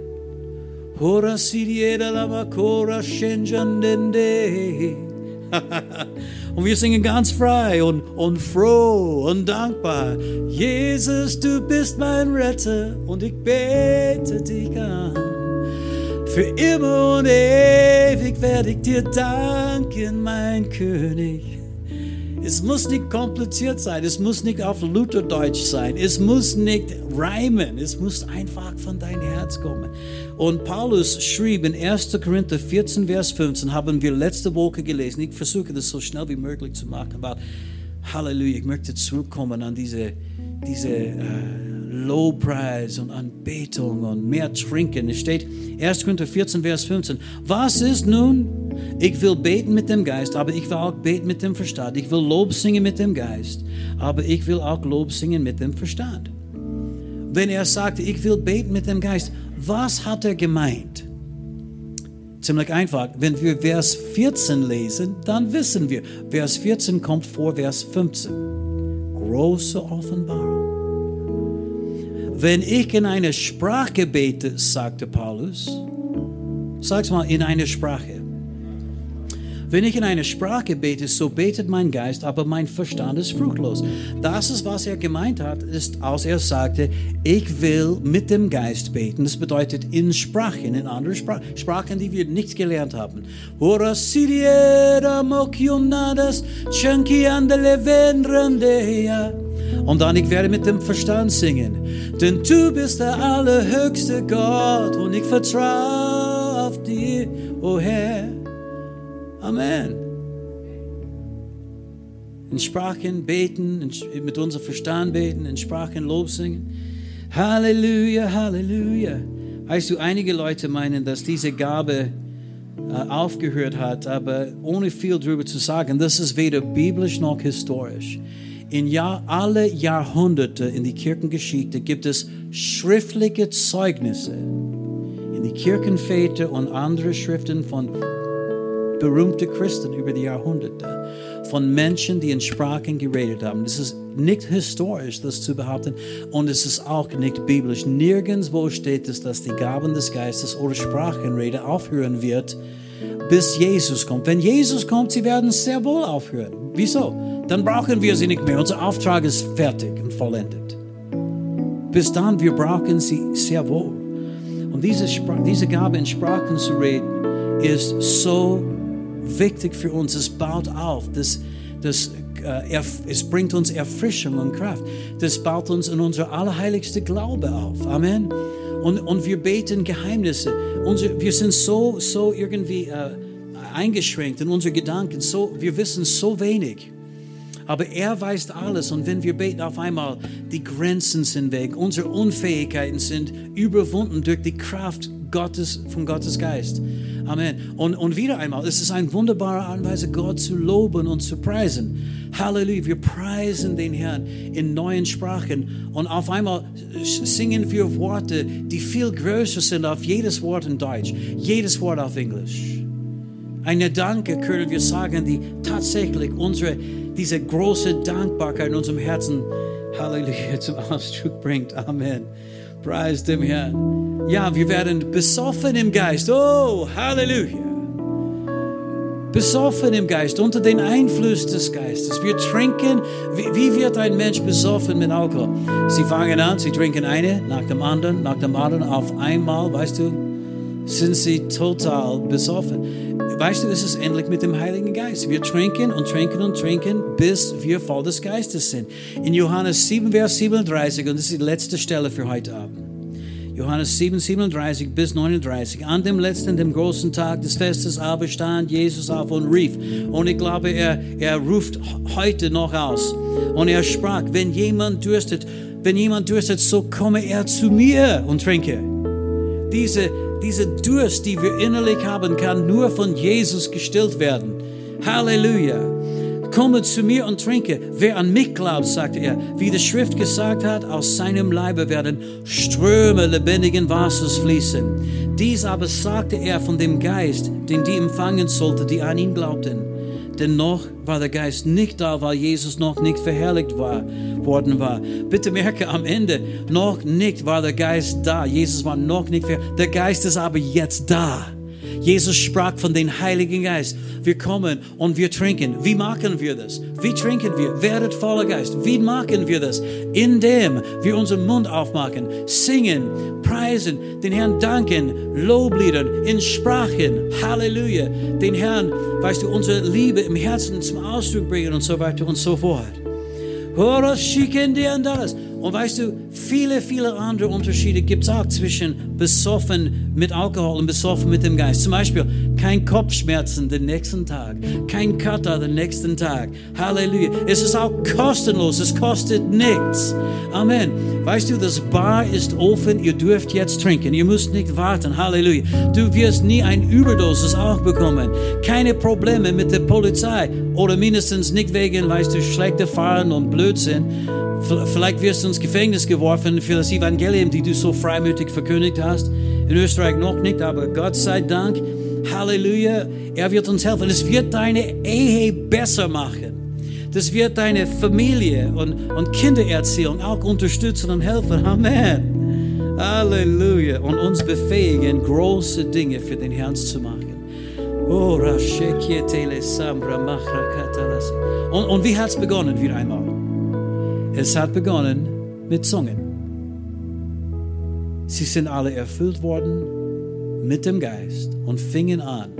Und wir singen ganz frei und froh und dankbar. Jesus, du bist mein Retter und ich bete dich an. Für immer und ewig werde ich dir danken, mein König. Es muss nicht kompliziert sein, es muss nicht auf Lutherdeutsch sein, es muss nicht reimen, es muss einfach von deinem Herz kommen. Und Paulus schrieb in 1. Korinther 14, Vers 15, haben wir letzte Woche gelesen. Ich versuche das so schnell wie möglich zu machen, weil Halleluja, ich möchte zurückkommen an diese Lobpreis und Anbetung und mehr trinken. Es steht 1. Korinther 14, Vers 15. Was ist nun? Ich will beten mit dem Geist, aber ich will auch beten mit dem Verstand. Ich will Lob singen mit dem Geist, aber ich will auch Lob singen mit dem Verstand. Wenn er sagte, ich will beten mit dem Geist, was hat er gemeint? Ziemlich einfach. Wenn wir Vers 14 lesen, dann wissen wir, Vers 14 kommt vor Vers 15. Große Offenbarung. Wenn ich in eine Sprache bete, sagte Paulus, sag's mal, in eine Sprache. Wenn ich in eine Sprache bete, so betet mein Geist, aber mein Verstand ist fruchtlos. Das ist, was er gemeint hat, ist, als er sagte, ich will mit dem Geist beten. Das bedeutet in Sprachen, in anderen Sprachen, die wir nicht gelernt haben. Und dann, ich werde mit dem Verstand singen. Denn du bist der allerhöchste Gott und ich vertraue auf dir, o Herr. Amen. in Sprachen beten, mit unserem Verstand beten, in Sprachen Lob singen. Halleluja, Halleluja. Weißt du, einige Leute meinen, dass diese Gabe aufgehört hat, aber ohne viel darüber zu sagen, das ist weder biblisch noch historisch. In alle Jahrhunderte in die Kirchengeschichte gibt es schriftliche Zeugnisse in die Kirchenväter und andere Schriften von berühmten Christen über die Jahrhunderte, von Menschen, die in Sprachen geredet haben. Das ist nicht historisch, das zu behaupten, und es ist auch nicht biblisch. Nirgendwo steht es, dass die Gaben des Geistes oder Sprachenrede aufhören wird, bis Jesus kommt. Wenn Jesus kommt, sie werden sehr wohl aufhören. Wieso? Dann brauchen wir sie nicht mehr. Unser Auftrag ist fertig und vollendet. Bis dann, wir brauchen sie sehr wohl. Und diese Gabe in Sprachen zu reden, ist so wichtig für uns. Es baut auf. Es bringt uns Erfrischung und Kraft. Das baut uns in unser allerheiligste Glaube auf. Amen. Und wir beten Geheimnisse. Wir sind so irgendwie eingeschränkt in unseren Gedanken. Wir wissen so wenig. Aber er weiß alles, und wenn wir beten, auf einmal, die Grenzen sind weg, unsere Unfähigkeiten sind überwunden durch die Kraft von Gottes Geist. Amen. Und wieder einmal, es ist eine wunderbare Art und Weise, Gott zu loben und zu preisen. Halleluja, wir preisen den Herrn in neuen Sprachen, und auf einmal singen wir Worte, die viel größer sind auf jedes Wort in Deutsch, jedes Wort auf Englisch. Eine Danke können wir sagen, die tatsächlich diese große Dankbarkeit in unserem Herzen, Halleluja, zum Ausdruck bringt. Amen. Preis dem Herrn. Ja, wir werden besoffen im Geist. Oh, Halleluja. Besoffen im Geist, unter den Einfluss des Geistes. Wir trinken. Wie wird ein Mensch besoffen mit Alkohol? Sie fangen an, sie trinken eine nach dem anderen auf einmal, weißt du, sind sie total besoffen. Weißt du, es ist ähnlich mit dem Heiligen Geist. Wir trinken und trinken und trinken, bis wir voll des Geistes sind. In Johannes 7, Vers 37, und das ist die letzte Stelle für heute Abend. Johannes 7, 37 bis 39. An dem letzten, dem großen Tag des Festes aber stand Jesus auf und rief. Und ich glaube, er ruft heute noch aus. Und er sprach, wenn jemand dürstet, so komme er zu mir und trinke. Diese Durst, die wir innerlich haben, kann nur von Jesus gestillt werden. Halleluja. Komme zu mir und trinke. Wer an mich glaubt, sagte er, wie die Schrift gesagt hat, aus seinem Leibe werden Ströme lebendigen Wassers fließen. Dies aber sagte er von dem Geist, den die empfangen sollte, die an ihn glaubten. Denn noch war der Geist nicht da, weil Jesus noch nicht verherrlicht worden war. Bitte merke, am Ende, noch nicht war der Geist da. Jesus war noch nicht verherrlicht. Der Geist ist aber jetzt da. Jesus sprach von dem Heiligen Geist. Wir kommen und wir trinken. Wie machen wir das? Wie trinken wir? Werdet voller Geist. Wie machen wir das? Indem wir unseren Mund aufmachen, singen, preisen, den Herrn danken, Lobliedern, in Sprachen, Halleluja, den Herrn, weißt du, unsere Liebe im Herzen zum Ausdruck bringen und so weiter und so fort. Und weißt du, viele andere Unterschiede gibt es auch zwischen besoffen mit Alkohol und besoffen mit dem Geist. Zum Beispiel kein Kopfschmerzen den nächsten Tag, kein Kater den nächsten Tag. Halleluja. Es ist auch kostenlos, es kostet nichts. Amen. Weißt du, das Bar ist offen, ihr dürft jetzt trinken, ihr müsst nicht warten. Halleluja. Du wirst nie eine Überdosis auch bekommen. Keine Probleme mit der Polizei oder mindestens nicht wegen, weißt du, schlechte Fahren und Blödsinn. Vielleicht wirst du ins Gefängnis geworfen für das Evangelium, die du so freimütig verkündigt hast. In Österreich noch nicht, aber Gott sei Dank, Halleluja, er wird uns helfen. Es wird deine Ehe besser machen. Das wird deine Familie und Kindererziehung auch unterstützen und helfen. Amen. Halleluja. Und uns befähigen, große Dinge für den Herrn zu machen. Und wie hat es begonnen wieder einmal? Es hat begonnen mit Zungen. Sie sind alle erfüllt worden mit dem Geist und fingen an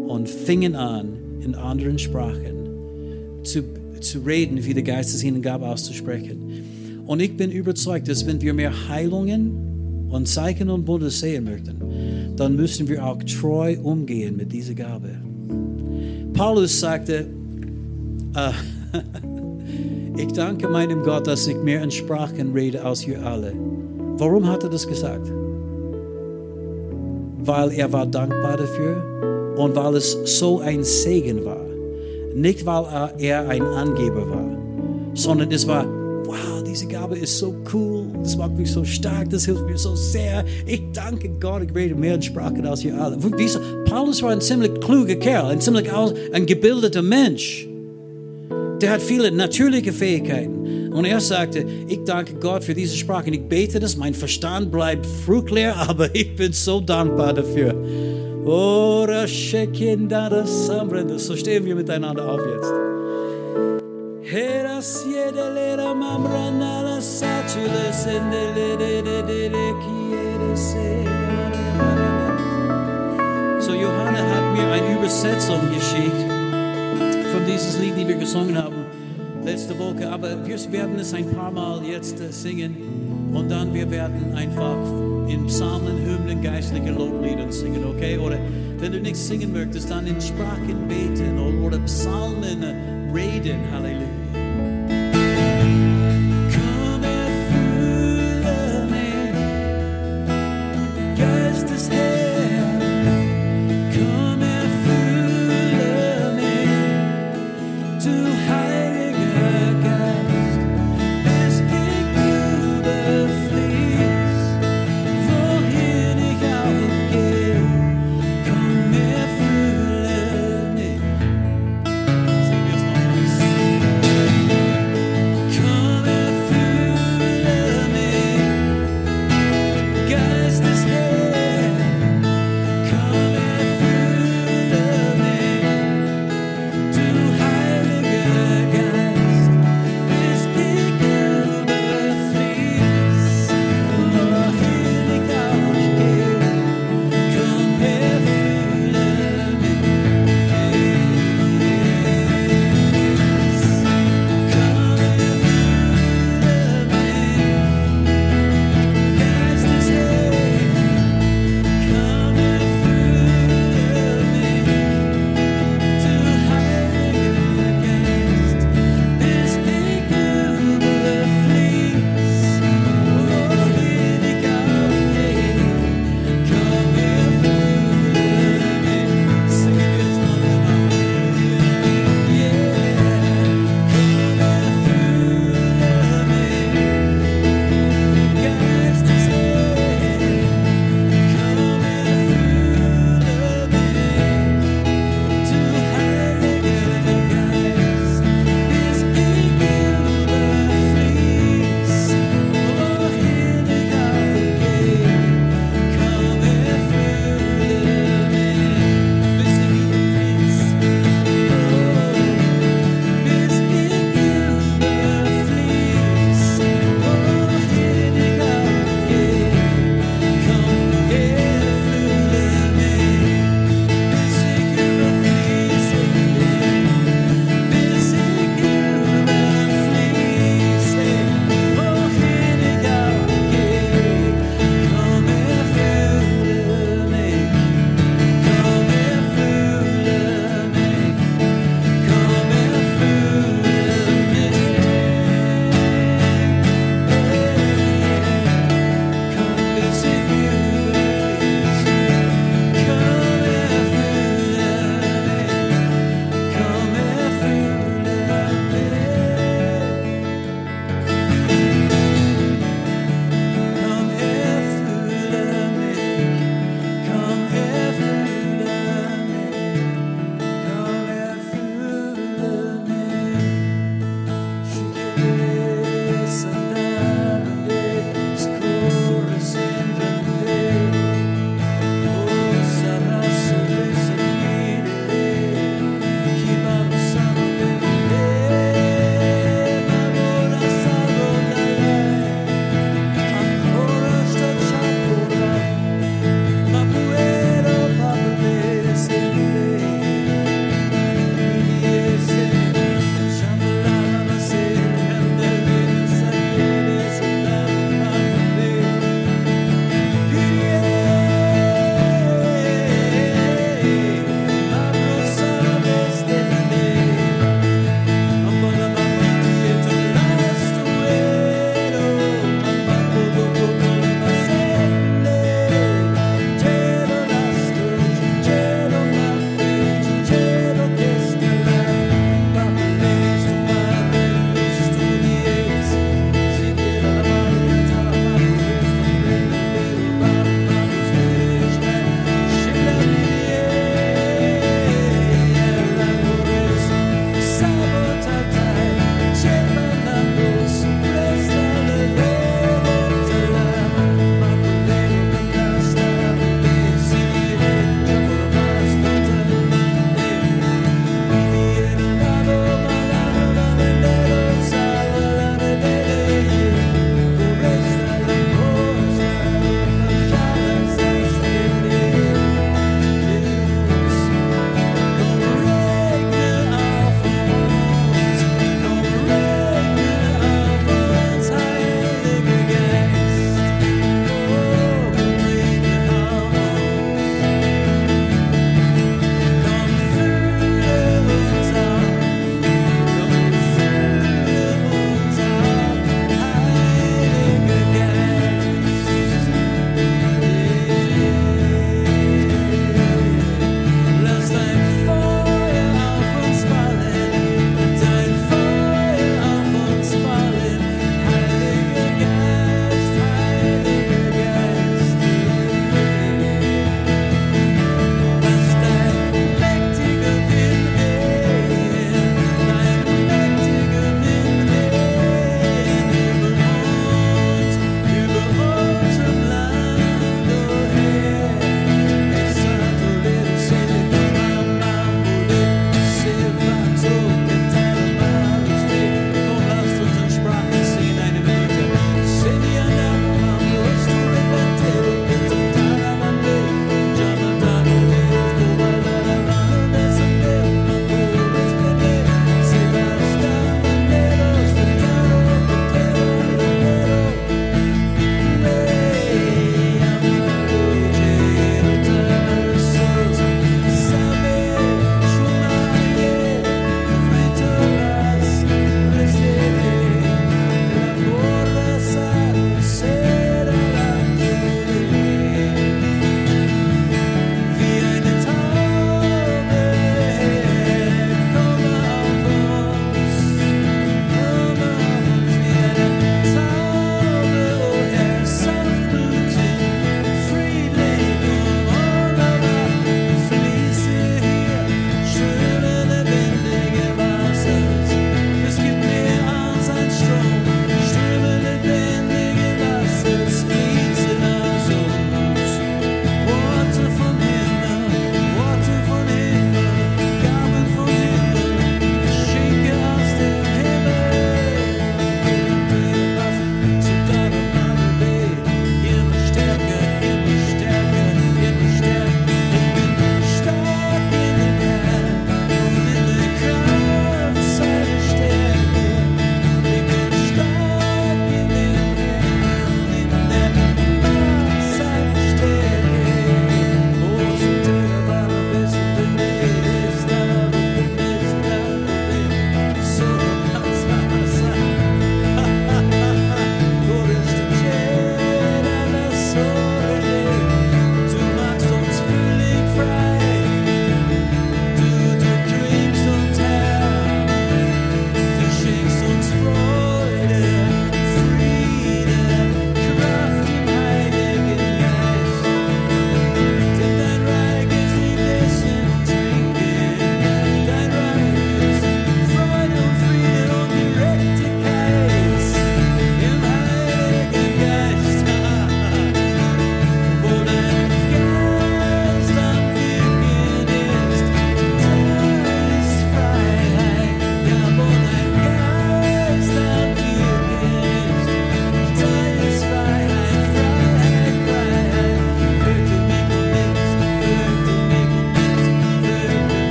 in anderen Sprachen zu reden, wie der Geist es ihnen gab, auszusprechen. Und ich bin überzeugt, dass wenn wir mehr Heilungen und Zeichen und Wunder sehen möchten, dann müssen wir auch treu umgehen mit dieser Gabe. Paulus sagte, Ich danke meinem Gott, dass ich mehr in Sprachen rede als ihr alle. Warum hat er das gesagt? Weil er war dankbar dafür und weil es so ein Segen war. Nicht, weil er ein Angeber war, sondern es war, wow, diese Gabe ist so cool, das macht mich so stark, das hilft mir so sehr. Ich danke Gott, ich rede mehr in Sprachen als ihr alle. Paulus war ein ziemlich kluger Kerl, ein gebildeter Mensch. Der hat viele natürliche Fähigkeiten. Und er sagte, ich danke Gott für diese Sprache. Und ich bete, dass mein Verstand bleibt fruchtleer, aber ich bin so dankbar dafür. So stehen wir miteinander auf jetzt. So, Johanna hat mir eine Übersetzung geschickt von dieses Lied, die wir gesungen haben letzte Woche. Aber wir werden es ein paar Mal jetzt singen und dann wir werden einfach in Psalmen, Hymnen, geistliche Loblieder singen, okay? Oder wenn du nichts singen möchtest, dann in Sprachen beten oder Psalmen reden, Halleluja.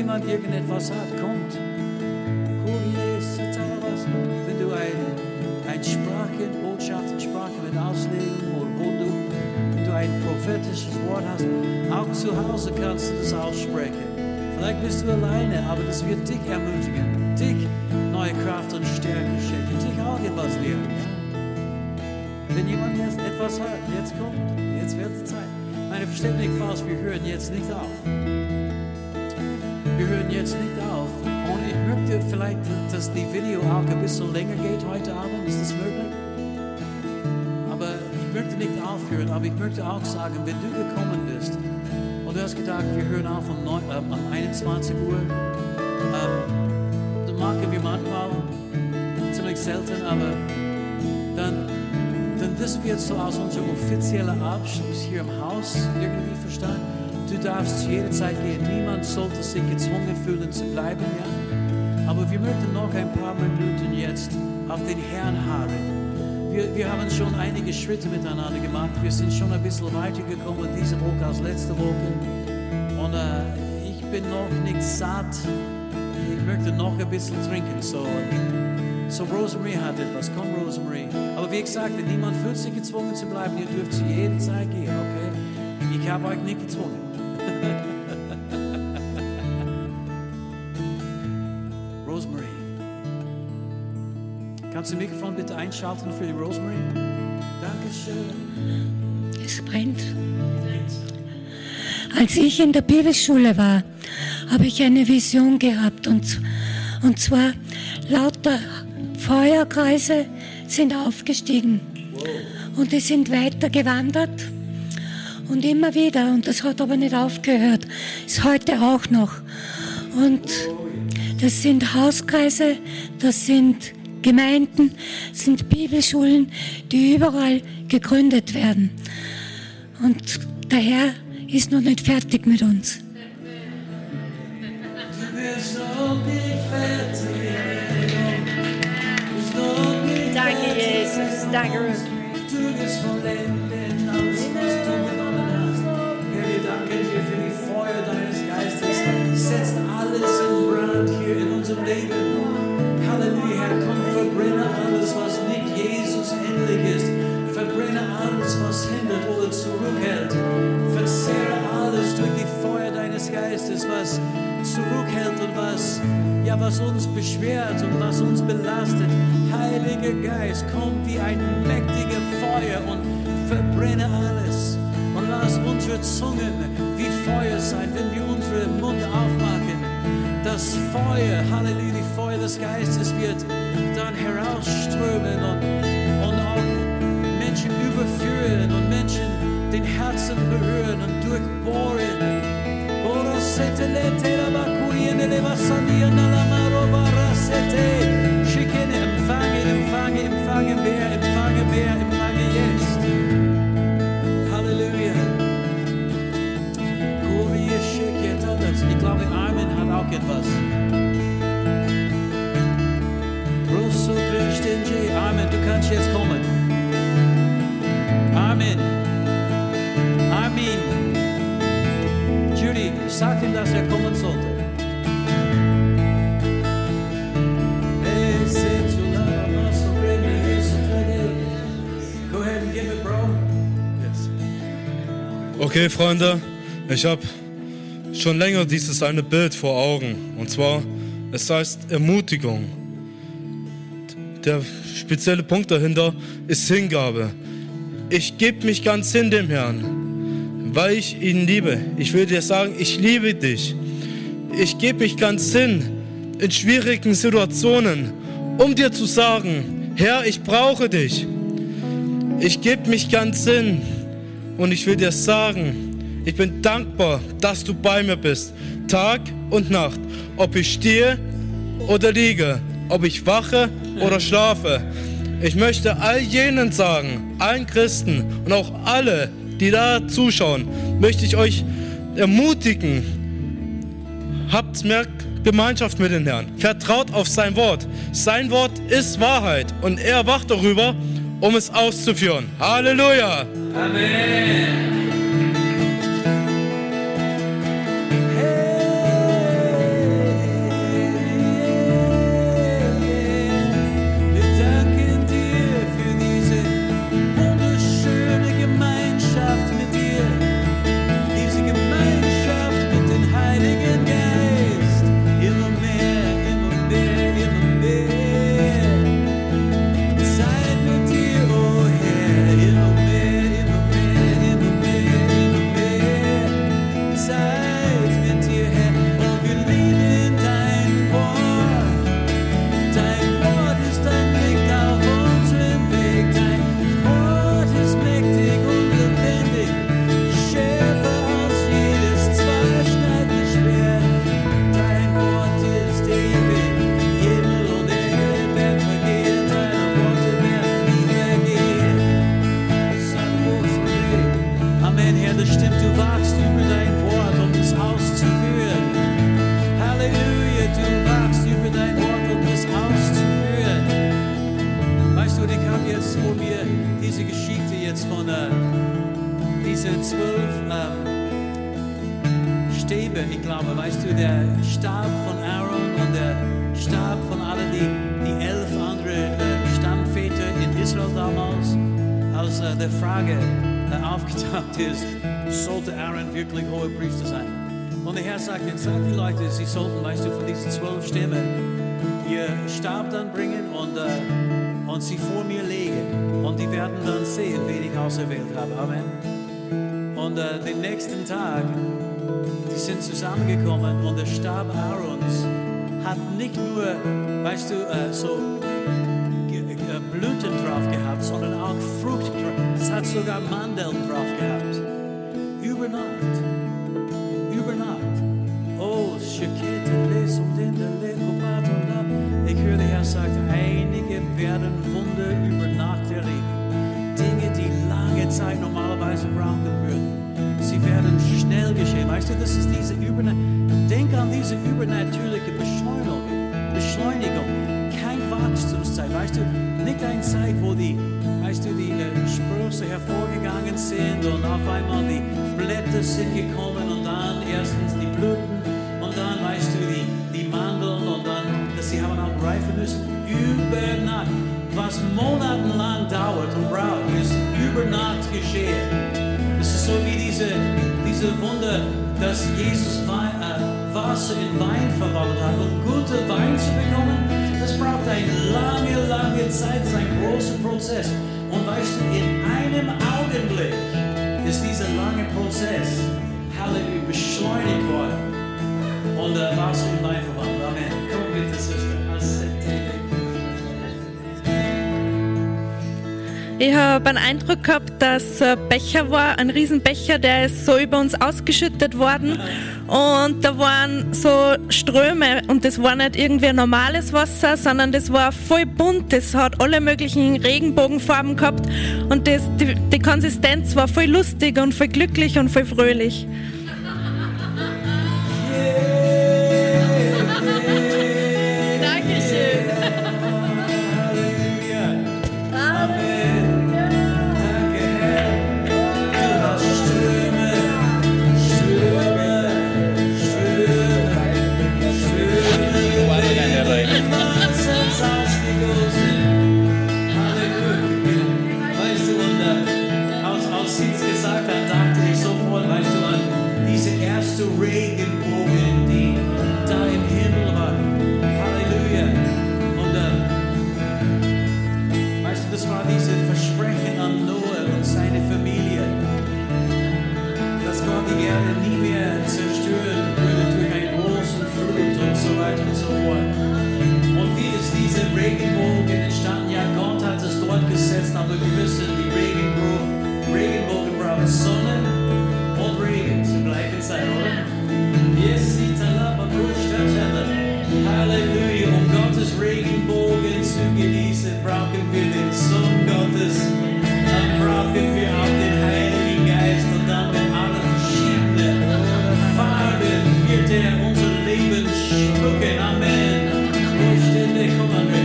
jemand irgendetwas hat, kommt. Wenn du ein Sprachenbotschaft, eine Sprache mit Auslegung oder wenn du ein prophetisches Wort hast, auch zu Hause kannst du das aussprechen. Vielleicht bist du alleine, aber das wird dich ermutigen, dich neue Kraft und Stärke schenken, dich auch etwas lehren. Ja? Wenn jemand jetzt etwas hat, jetzt kommt, jetzt wird die Zeit. Meine, versteht nicht falsch, wir hören jetzt nicht auf. Wir hören jetzt nicht auf. Und ich möchte vielleicht, dass die Video auch ein bisschen länger geht heute Abend. Ist das möglich? Aber ich möchte nicht aufhören, aber ich möchte auch sagen, wenn du gekommen bist und du hast gedacht, wir hören auf um 21 Uhr, dann machen wir manchmal, ziemlich selten, aber dann das wird so aus unserem offiziellen Abschluss hier im Haus irgendwie verstanden. Du darfst zu jeder Zeit gehen. Niemand sollte sich gezwungen fühlen zu bleiben. Ja? Aber wir möchten noch ein paar Minuten jetzt auf den Herrn harren. Wir haben schon einige Schritte miteinander gemacht. Wir sind schon ein bisschen weitergekommen diese Woche als letzte Woche. Und ich bin noch nicht satt. Ich möchte noch ein bisschen trinken. So Rosemarie hat etwas. Komm, Rosemarie. Aber wie gesagt, niemand fühlt sich gezwungen zu bleiben. Ihr dürft zu jeder Zeit gehen, okay? Ich habe euch nicht gezwungen. Rosemarie. Kannst du das Mikrofon bitte einschalten für die Rosemarie? Dankeschön. Es brennt. Als ich in der Bibelschule war, habe ich eine Vision gehabt. Und zwar lauter Feuerkreise sind aufgestiegen. Und die sind weiter gewandert. Und immer wieder, und das hat aber nicht aufgehört, ist heute auch noch. Und das sind Hauskreise, das sind Gemeinden, das sind Bibelschulen, die überall gegründet werden. Und der Herr ist noch nicht fertig mit uns. Danke, Jesus. Danke. Danke dir für die Feuer deines Geistes. Setzt alles in Brand hier in unserem Leben. Halleluja, Herr, komm, verbrenne alles, was nicht Jesus ähnlich ist. Verbrenne alles, was hindert oder zurückhält. Verzehre alles durch die Feuer deines Geistes, was zurückhält und was uns beschwert und was uns belastet. Heiliger Geist, komm wie ein mächtiger Feuer und verbrenne alles. Und lass unsere Zungen wie Feuer sein, wenn wir unseren Mund aufmachen. Das Feuer, Halleluja, die Feuer des Geistes wird dann herausströmen und auch Menschen überführen und Menschen den Herzen berühren und durchbohren. Empfange mehr, empfange jetzt. Halleluja. Ich glaube, Armin hat auch etwas. Armin, du kannst jetzt kommen. Armin. Judy, sag ihm, dass er kommen sollte. Go ahead and give it, bro. Yes. Okay, Freunde, ich habe schon länger dieses eine Bild vor Augen. Und zwar, es heißt Ermutigung. Der spezielle Punkt dahinter ist Hingabe. Ich gebe mich ganz hin dem Herrn, weil ich ihn liebe. Ich will dir sagen, ich liebe dich. Ich gebe mich ganz hin in schwierigen Situationen, um dir zu sagen, Herr, ich brauche dich. Ich gebe mich ganz hin und ich will dir sagen, ich bin dankbar, dass du bei mir bist, Tag und Nacht, ob ich stehe oder liege, ob ich wache oder schlafe. Ich möchte all jenen sagen, allen Christen und auch alle, die da zuschauen, möchte ich euch ermutigen, habt mehr Gemeinschaft mit dem Herrn, vertraut auf sein Wort. Sein Wort ist Wahrheit und er wacht darüber, um es auszuführen. Halleluja! Amen! Hey, ich glaube, weißt du, der Stab von Aaron und der Stab von allen die 11 anderen Stammväter in Israel damals, als der Frage aufgetaucht ist, sollte Aaron wirklich hoher Priester sein? Und der Herr sagt, jetzt sagt die Leute, sie sollten, weißt du, von diesen 12 Stämmen ihr Stab dann bringen und sie vor mir legen. Und die werden dann sehen, wen ich auserwählt habe. Amen. Und den nächsten Tag, die sind zusammengekommen und der Stab Aarons hat nicht nur, weißt du, so Blüten drauf gehabt, sondern auch Frucht drauf. Es hat sogar Mandeln drauf gehabt. Über Nacht. Oh, Schekete, Les und den der Lekopat und da. Ich höre der Herr sagt, einige werden Wunder über Nacht erleben. Dinge, die lange Zeit normalerweise brauchen würden. Sie werden schnell geschehen. Weißt du, das ist diese denk an diese übernatürliche Beschleunigung. Kein Wachstumszeit. Weißt du, nicht eine Zeit, wo die Sprosse hervorgegangen sind und auf einmal die Blätter sind gekommen und dann erstens die Blüten und dann, weißt du, die Mandeln und dann, dass sie haben auch reifen müssen. Über Nacht. Was monatelang dauert und braucht, ist über Nacht geschehen. Es ist so wie diese Wunder, dass Jesus Wasser in Wein verwandelt hat. Und gute Wein zu bekommen, das braucht eine lange Zeit. Das ist ein großer Prozess. Und weißt du, in einem Augenblick ist dieser lange Prozess, Halleluja, beschleunigt worden. Und Wasser in Wein verwandelt. Amen. Komm bitte, Sister. Ich habe einen Eindruck gehabt, dass ein Becher war, ein Riesenbecher, der ist so über uns ausgeschüttet worden und da waren so Ströme und das war nicht irgendwie normales Wasser, sondern das war voll bunt, das hat alle möglichen Regenbogenfarben gehabt und die Konsistenz war voll lustig und voll glücklich und voll fröhlich. Regenbogen, die da im Himmel war. Halleluja. Und weißt du, das war diese Versprechen an Noah und seine Familie, dass Gott die Erde nie mehr zerstören würde durch einen großen Flut und so weiter und so fort. Und wie ist dieser Regenbogen entstanden? Ja, Gott hat es dort gesetzt, aber wir wissen, die Regenbogen brauchen Sonne und Regen zur gleichen Zeit, oder? Halleluja, um Gottes Regenbogen zu genießen, brauchen wir den Sohn Gottes, dann brauchen wir auch den Heiligen Geist und dann mit allen verschiedenen Farben wird er unser Leben schmücken. Amen. Wo steht der? Komm mal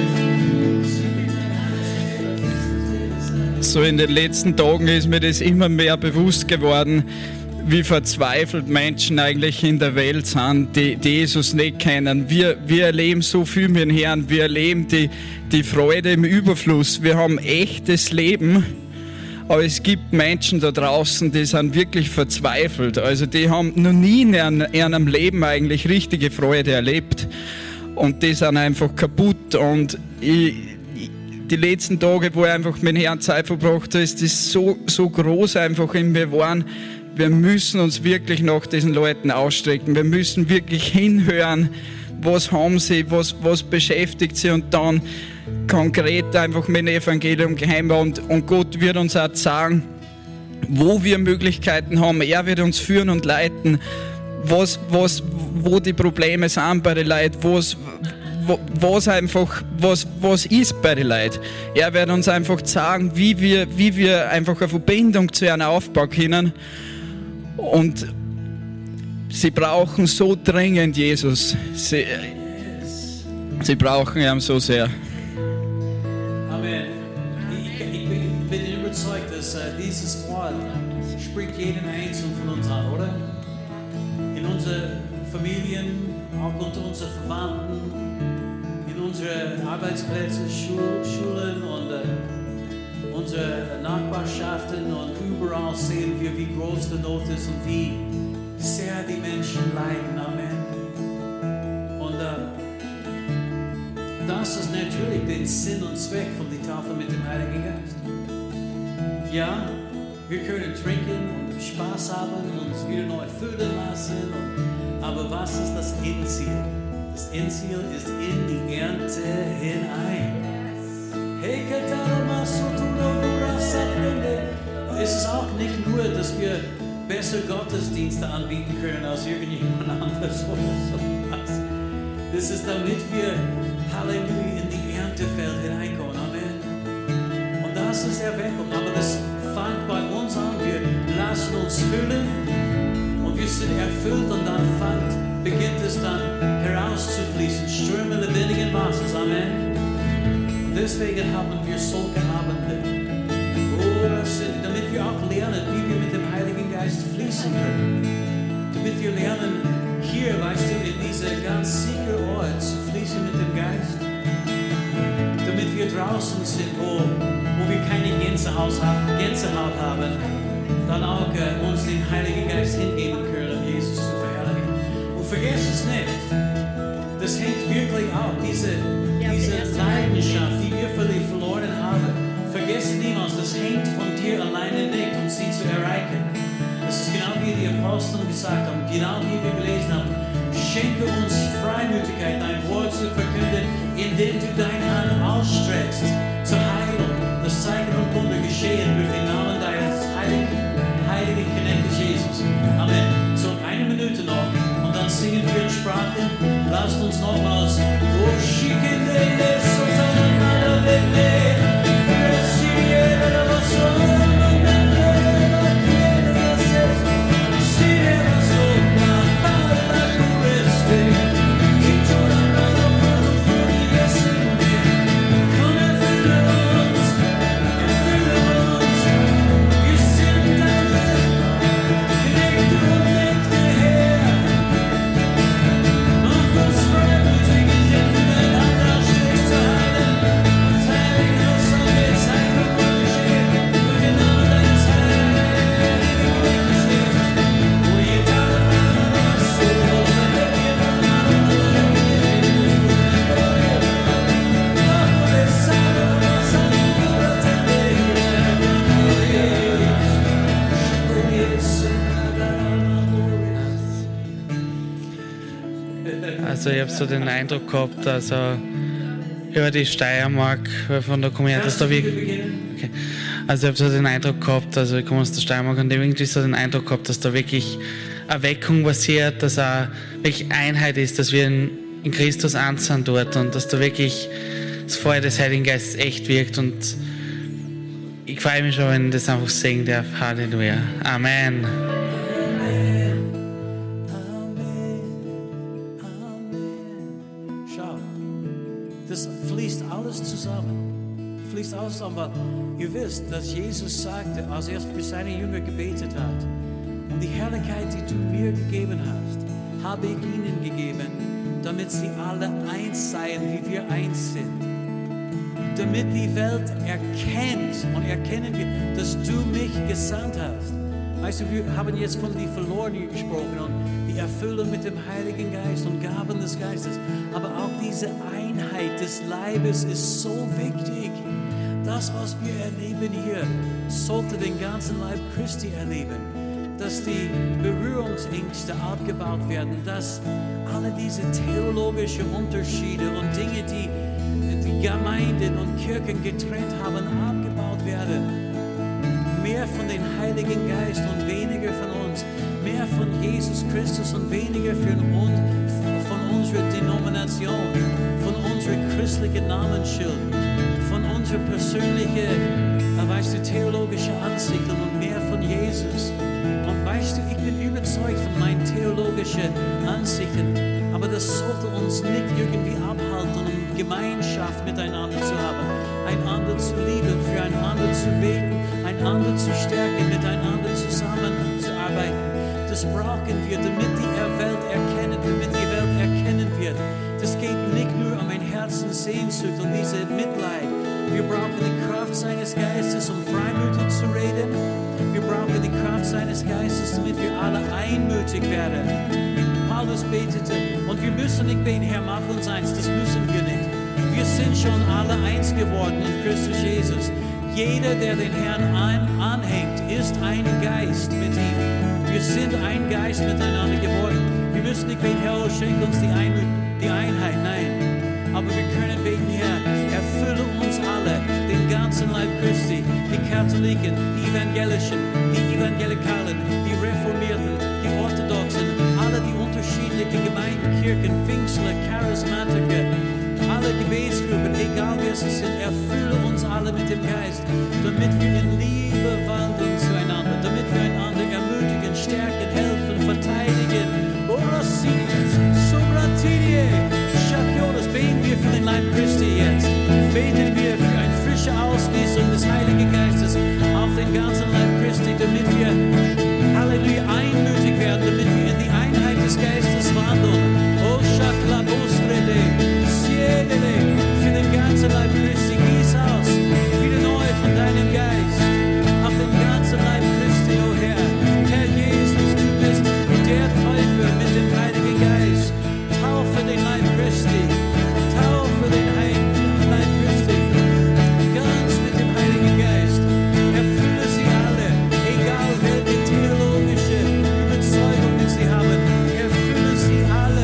mit. So in den letzten Tagen ist mir das immer mehr bewusst geworden, wie verzweifelt Menschen eigentlich in der Welt sind, die Jesus nicht kennen. Wir erleben so viel mit dem Herrn, wir erleben die Freude im Überfluss. Wir haben echtes Leben, aber es gibt Menschen da draußen, die sind wirklich verzweifelt. Also die haben noch nie in ihrem Leben eigentlich richtige Freude erlebt und die sind einfach kaputt. Und die letzten Tage, wo ich einfach mit dem Herrn Zeit verbracht habe, ist das so groß einfach in mir geworden. Wir müssen uns wirklich nach diesen Leuten ausstrecken. Wir müssen wirklich hinhören, was haben sie, was beschäftigt sie und dann konkret einfach mit dem Evangelium gehen. Und Gott wird uns auch sagen, wo wir Möglichkeiten haben. Er wird uns führen und leiten, wo die Probleme sind bei den Leuten, was ist bei den Leuten. Er wird uns einfach sagen, wie wir einfach eine Verbindung zu ihnen aufbauen können. Und sie brauchen so dringend Jesus. Sie brauchen ihn so sehr. Amen. Ich bin überzeugt, dass dieses Wort spricht jeden Einzelnen von uns an, oder? In unserer Familien, auch unter unseren Verwandten, in unsere Arbeitsplätze, Schulen und unsere Nachbarschaften und überall sehen wir, wie groß die Not ist und wie sehr die Menschen leiden. Amen. Und das ist natürlich der Sinn und Zweck von der Tafel mit dem Heiligen Geist. Ja, wir können trinken und Spaß haben und uns wieder neu füllen lassen. Aber was ist das Endziel? Das Endziel ist in die Ernte hinein. Hey, es ist auch nicht nur, dass wir besser Gottesdienste anbieten können als irgendjemand anderes oder sowas. Das ist, damit wir, Halleluja, in die Erntefeld hineinkommen. Amen. Und das ist Erweckung. Aber das fängt bei uns an. Wir lassen uns füllen und wir sind erfüllt und dann beginnt es dann herauszufließen. Ströme lebendigen Wassers. Amen. Und deswegen haben wir solche Abende. Damit wir auch lernen, wie wir mit dem Heiligen Geist fließen können. Damit wir lernen, hier, weißt du, in dieser ganz sicheren Ort zu fließen mit dem Geist. Damit wir draußen sind, wo wir keine Gänsehaut haben, dann auch uns den Heiligen Geist hingeben können, um Jesus zu verherrlichen. Und vergiss es nicht, das hängt wirklich auch, diese Leidenschaft, die wir völlig verloren haben. Vergesse niemals, das hängt von dir alleine nicht, um sie zu erreichen. Das ist genau wie die Apostel gesagt haben, genau wie wir gelesen haben. Schenke uns Freimütigkeit, dein Wort zu verkünden, indem du deine Hand ausstreckst zur Heilung. Das Zeichen und Wunder geschehen durch den Namen deines heiligen Knechtes Jesus. Amen. So 1 Minute noch und dann singen wir in Sprachen. Lasst uns nochmals Also ich habe so den Eindruck gehabt, also über die Steiermark, von da komme ich her, dass da wirklich... Okay. Also ich habe so den Eindruck gehabt, also ich komme aus der Steiermark und irgendwie so den Eindruck gehabt, dass da wirklich Erweckung passiert, dass auch wirklich Einheit ist, dass wir in Christus eins sind dort und dass da wirklich das Feuer des Heiligen Geistes echt wirkt und ich freue mich schon, wenn ich das einfach singen darf. Halleluja. Amen. Das fließt alles zusammen. Fließt alles zusammen, weil ihr wisst, dass Jesus sagte, als er für seine Jünger gebetet hat, und die Herrlichkeit, die du mir gegeben hast, habe ich ihnen gegeben, damit sie alle eins seien, wie wir eins sind. Damit die Welt erkennt und erkennen wir, dass du mich gesandt hast. Weißt du, wir haben jetzt von die Verlorenen gesprochen und die Erfüllung mit dem Heiligen Geist und Gaben des Geistes. Aber auch diese Einheit des Leibes ist so wichtig. Das, was wir erleben hier, sollte den ganzen Leib Christi erleben. Dass die Berührungsängste abgebaut werden, dass alle diese theologischen Unterschiede und Dinge, die die Gemeinden und Kirchen getrennt haben, abgebaut werden. Mehr von dem Heiligen Geist und weniger von uns. Mehr von Jesus Christus und weniger von unserer Denomination, von unserer christlichen Namensschild, von unserer persönlichen, theologischen Ansichten und mehr von Jesus. Und weißt du, ich bin überzeugt von meinen theologischen Ansichten, aber das sollte uns nicht irgendwie abhalten, um Gemeinschaft miteinander zu haben, einander zu lieben, füreinander zu beten, einander zu stärken, miteinander zusammenzuarbeiten. Das brauchen wir, damit die Welt erkennen Sehnsucht und diese Mitleid. Wir brauchen die Kraft seines Geistes, um freimütig zu reden. Wir brauchen die Kraft seines Geistes, damit wir alle einmütig werden. Paulus betete, und wir müssen nicht beten, Herr, mach uns eins, das müssen wir nicht. Wir sind schon alle eins geworden in Christus Jesus. Jeder, der den Herrn anhängt, ist ein Geist mit ihm. Wir sind ein Geist miteinander geworden. Wir müssen nicht beten, Herr, schenk uns die Einheit, nein. Aber wir können beten, Herr, erfülle uns alle, den ganzen Leib Christi, die Katholiken, die Evangelischen, die Evangelikalen, die Reformierten, die Orthodoxen, alle die unterschiedlichen Gemeinden, Kirchen, Pfingstler, Charismatiker, alle Gebetsgruppen, egal wer sie sind, erfülle uns alle mit dem Geist, damit wir in Liebe wandeln zueinander, damit wir einander ermutigen, stärken, helfen, verteidigen. Das beten wir für den Leib Christi jetzt. Beten wir für eine frische Ausgießung des Heiligen Geistes auf den ganzen Leib Christi, damit wir, Halleluja, einmütig werden, damit wir in die Einheit des Geistes wandeln. Oh, Shakla, Ostrede, Siedele, für den ganzen Leib Christi, gieß aus, wieder neu von deinem Geist, auf den ganzen Leib Christi, oh Herr. Herr Jesus, du bist der Täufer mit dem Heiligen Geist. Taufe den Leib Christi. Taufe den Leib Christi. Ganz mit dem Heiligen Geist. Erfülle sie alle, egal welche theologische Überzeugung sie haben. Erfülle sie alle.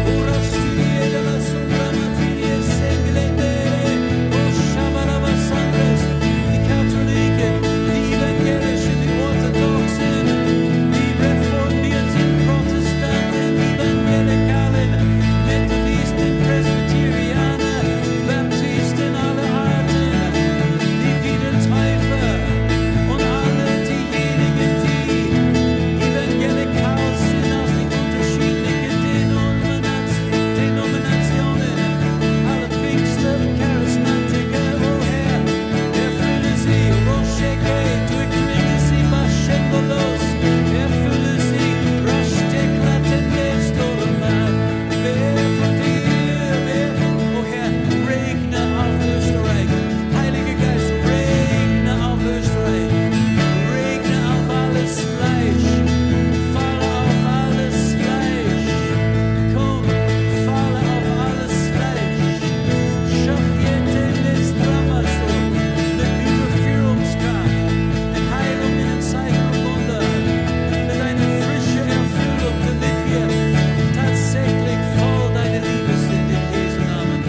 Die Katholiken, die Evangelischen, die Orthodoxen, die Reformierten, Protestanten, Evangelikalen, Methodisten, Presbyterianer, Baptisten aller Arten, die Wiedertäufer und alle diejenigen, die evangelikal sind aus den unterschiedlichen Denominationen, alle Pfingstler, Charismatiker, oh Herr, erfülle sie, Rosheke, durchklinge sie, Maschendolos, erfülle sie, Rashteklatendestolma, wer von dir, oh Herr, regne auf Österreich, Heiliger Geist, regne auf Österreich, regne auf alles Fleisch, falle auf alles Fleisch, komm, falle auf alles Fleisch, Schafjete des Dramasto, mit Überführungskraft, mit Heilung in den Zeichen und Wunder, mit einer frischen Erfüllung, damit wir tatsächlich voll deine Liebe sind, in Jesu Namen.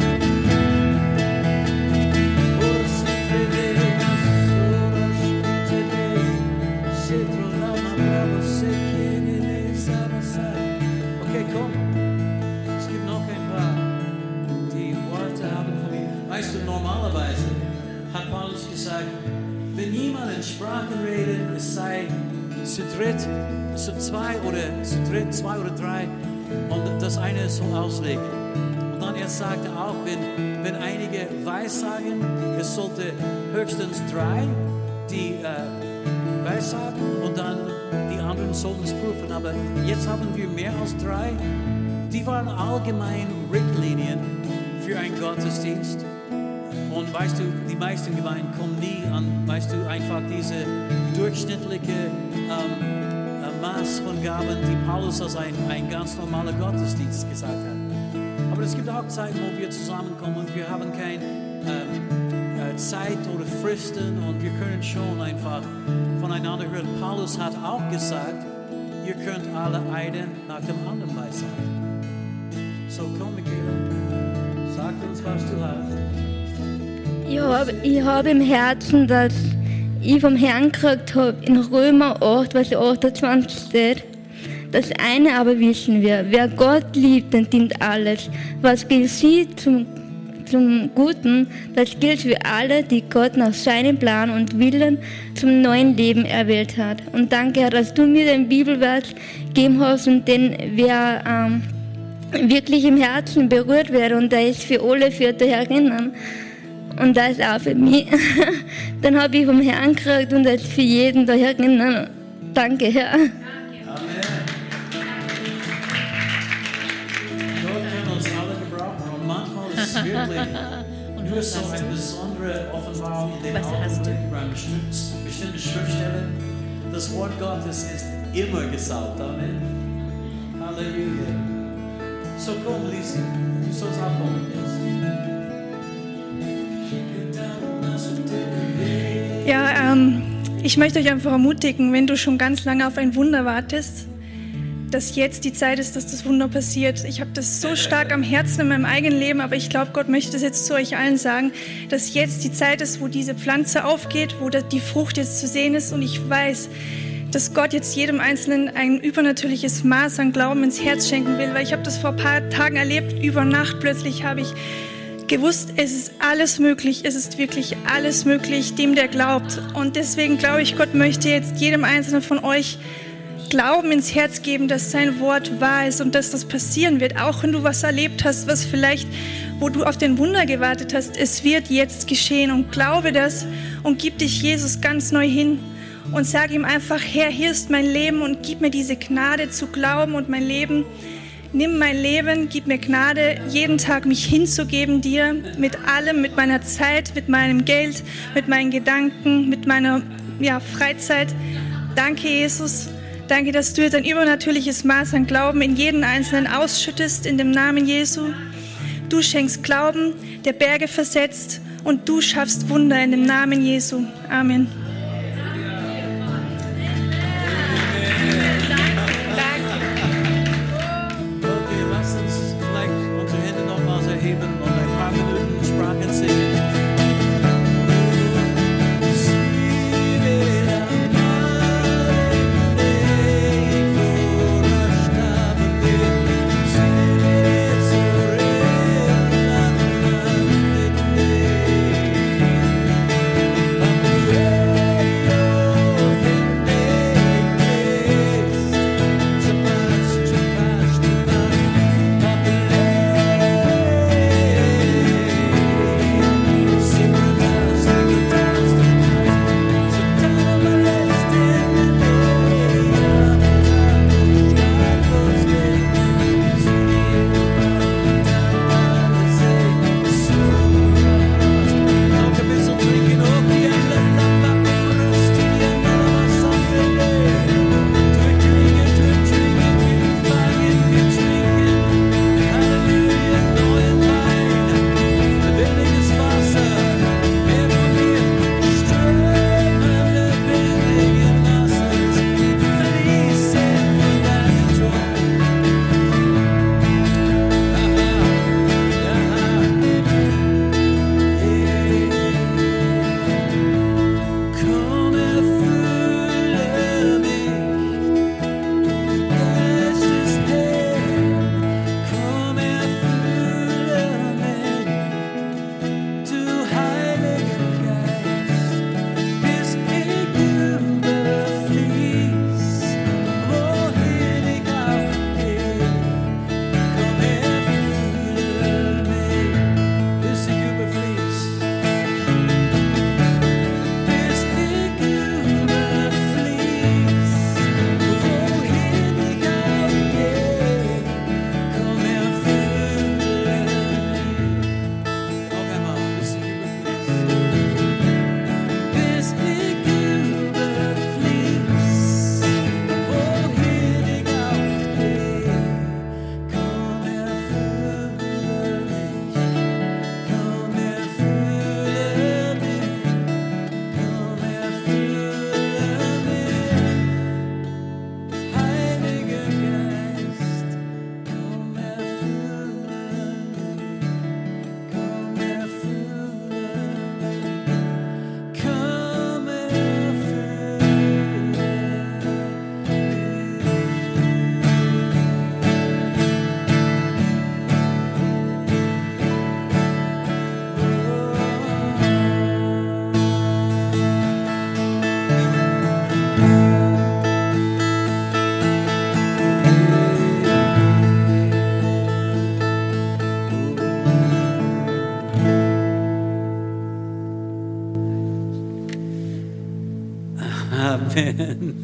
Okay, komm. Es gibt noch ein paar, die Worte haben von mir. Weißt du, normalerweise hat Paulus gesagt, wenn jemand in Sprachen redet, es sei zu dritt, zu zwei oder drei, und das eine soll auslegen. Und dann er sagte auch, wenn einige Weissagen, es sollte höchstens drei, die Weissagen, und dann die anderen sollten es prüfen. Aber jetzt haben wir mehr als drei. Die waren allgemein Richtlinien für einen Gottesdienst. Und weißt du, die meisten Gemeinden kommen nie an, weißt du, einfach diese durchschnittliche Maß von Gaben, die Paulus als ein ganz normaler Gottesdienst gesagt hat. Aber es gibt auch Zeiten, wo wir zusammenkommen und wir haben keine Zeit oder Fristen und wir können schon einfach voneinander hören. Paulus hat auch gesagt, ihr könnt alle eine nach dem anderen weissagen. So komm, Michaela, sag uns, was du hast. Ich habe im Herzen, dass ich vom Herrn gekriegt habe, in Römer 8, Vers 28 steht, das eine aber wissen wir, wer Gott liebt, den dient alles. Was geschieht zum Guten, das gilt für alle, die Gott nach seinem Plan und Willen zum neuen Leben erwählt hat. Und danke, Herr, dass du mir den Bibelvers gegeben hast und den wer wirklich im Herzen berührt wird und da ist für alle für zu erinnern. Und das ist auch für mich. Dann habe ich vom Herrn gekriegt und das ist für jeden da erinnern. Danke, Herr. Amen. Gott kann uns alle gebrauchen und manchmal ist wirklich nur so eine besondere Offenbarung in den Augenblick bei bestimmten Schriftstellen. Das Wort Gottes ist immer gesalbt. Amen. Halleluja. So komm, Lisi, du sollst abkommen jetzt. Ja, ich möchte euch einfach ermutigen, wenn du schon ganz lange auf ein Wunder wartest, dass jetzt die Zeit ist, dass das Wunder passiert. Ich habe das so stark am Herzen in meinem eigenen Leben, aber ich glaube, Gott möchte das jetzt zu euch allen sagen, dass jetzt die Zeit ist, wo diese Pflanze aufgeht, wo die Frucht jetzt zu sehen ist. Und ich weiß, dass Gott jetzt jedem Einzelnen ein übernatürliches Maß an Glauben ins Herz schenken will, weil ich habe das vor ein paar Tagen erlebt, über Nacht plötzlich habe ich gewusst, es ist alles möglich, es ist wirklich alles möglich, dem der glaubt. Und deswegen glaube ich, Gott möchte jetzt jedem Einzelnen von euch Glauben ins Herz geben, dass sein Wort wahr ist und dass das passieren wird, auch wenn du was erlebt hast, was vielleicht, wo du auf den Wunder gewartet hast, es wird jetzt geschehen und glaube das und gib dich Jesus ganz neu hin und sag ihm einfach, Herr, hier ist mein Leben und gib mir diese Gnade zu glauben und mein Leben. Nimm mein Leben, gib mir Gnade, jeden Tag mich hinzugeben dir, mit allem, mit meiner Zeit, mit meinem Geld, mit meinen Gedanken, mit meiner Freizeit. Danke, Jesus. Danke, dass du jetzt ein übernatürliches Maß an Glauben in jeden Einzelnen ausschüttest, in dem Namen Jesu. Du schenkst Glauben, der Berge versetzt und du schaffst Wunder in dem Namen Jesu. Amen. Amen.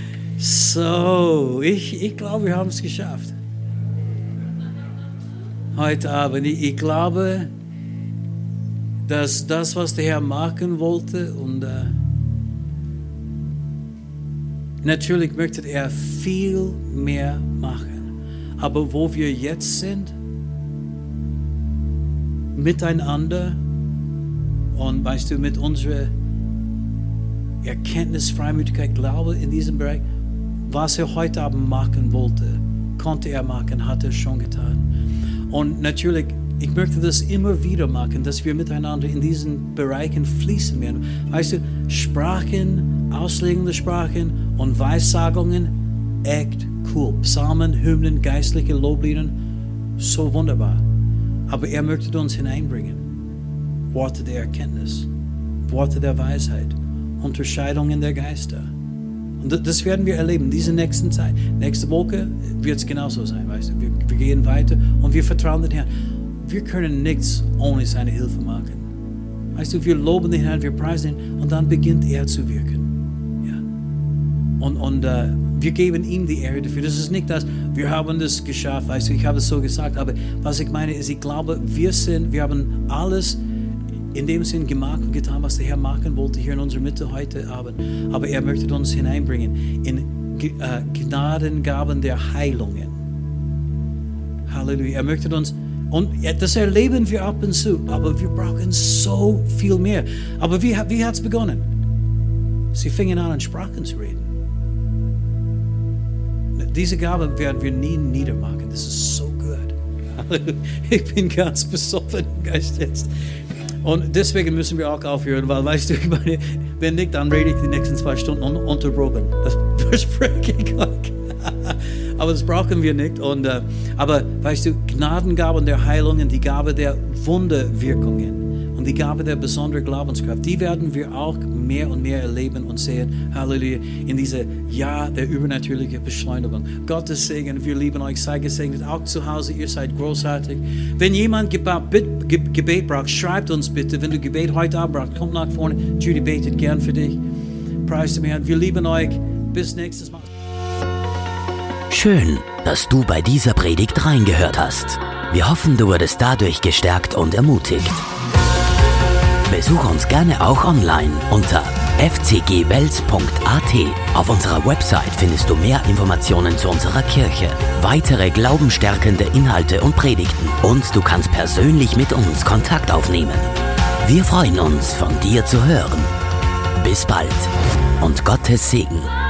So, ich glaube, wir haben es geschafft. heute Abend. Ich glaube, dass das, was der Herr machen wollte, und natürlich möchte er viel mehr machen. Aber wo wir jetzt sind, miteinander und weißt du, mit unserer Erkenntnis, Freimütigkeit, Glaube in diesem Bereich, was er heute Abend machen wollte, konnte er machen, hat er schon getan. Und natürlich, ich möchte das immer wieder machen, dass wir miteinander in diesen Bereichen fließen werden. Weißt du, Sprachen, auslegende Sprachen und Weissagungen, echt cool. Psalmen, Hymnen, geistliche Loblieder, so wunderbar. Aber er möchte uns hineinbringen. Worte der Erkenntnis, Worte der Weisheit, Unterscheidungen der Geister. Und das werden wir erleben, diese nächsten Zeit. Nächste Woche wird es genauso sein, weißt du. Wir gehen weiter und wir vertrauen den Herrn. Wir können nichts ohne seine Hilfe machen. Weißt du, wir loben den Herrn, wir preisen ihn und dann beginnt er zu wirken. Ja. Und wir geben ihm die Ehre dafür. Das ist nicht das, wir haben das geschafft, weißt du, ich habe es so gesagt, aber was ich meine ist, ich glaube, wir haben alles in dem Sinn gemacht und getan, was der Herr machen wollte hier in unserer Mitte heute Abend. Aber er möchte uns hineinbringen in Gnadengaben der Heilungen. Halleluja. Er möchte uns, und das erleben wir ab und zu, aber wir brauchen so viel mehr. Aber wie hat es begonnen? Sie fingen an, in Sprachen zu reden. Diese Gabe werden wir nie niedermachen. Das ist so gut. Ich bin ganz besoffen im Geist jetzt. Und deswegen müssen wir auch aufhören, weil, weißt du, ich meine, wenn nicht, dann rede ich die nächsten 2 Stunden unterbrochen. Das verspreche ich euch. Aber das brauchen wir nicht. Aber, weißt du, Gnadengaben der Heilungen, die Gabe der Wunderwirkungen und die Gabe der besonderen Glaubenskraft, die werden wir auch mehr und mehr erleben und sehen. Halleluja, in diese Jahr der übernatürlichen Beschleunigung. Gottes Segen, wir lieben euch, sei gesegnet, auch zu Hause, ihr seid großartig. Wenn jemand Gebet braucht, schreibt uns bitte. Wenn du Gebet heute Abend brauchst, kommt nach vorne. Judy betet gern für dich. Preis dem Herrn, wir lieben euch. Bis nächstes Mal. Schön, dass du bei dieser Predigt reingehört hast. Wir hoffen, du wurdest dadurch gestärkt und ermutigt. Besuch uns gerne auch online unter fcgwels.at. Auf unserer Website findest du mehr Informationen zu unserer Kirche, weitere glaubenstärkende Inhalte und Predigten und du kannst persönlich mit uns Kontakt aufnehmen. Wir freuen uns, von dir zu hören. Bis bald und Gottes Segen.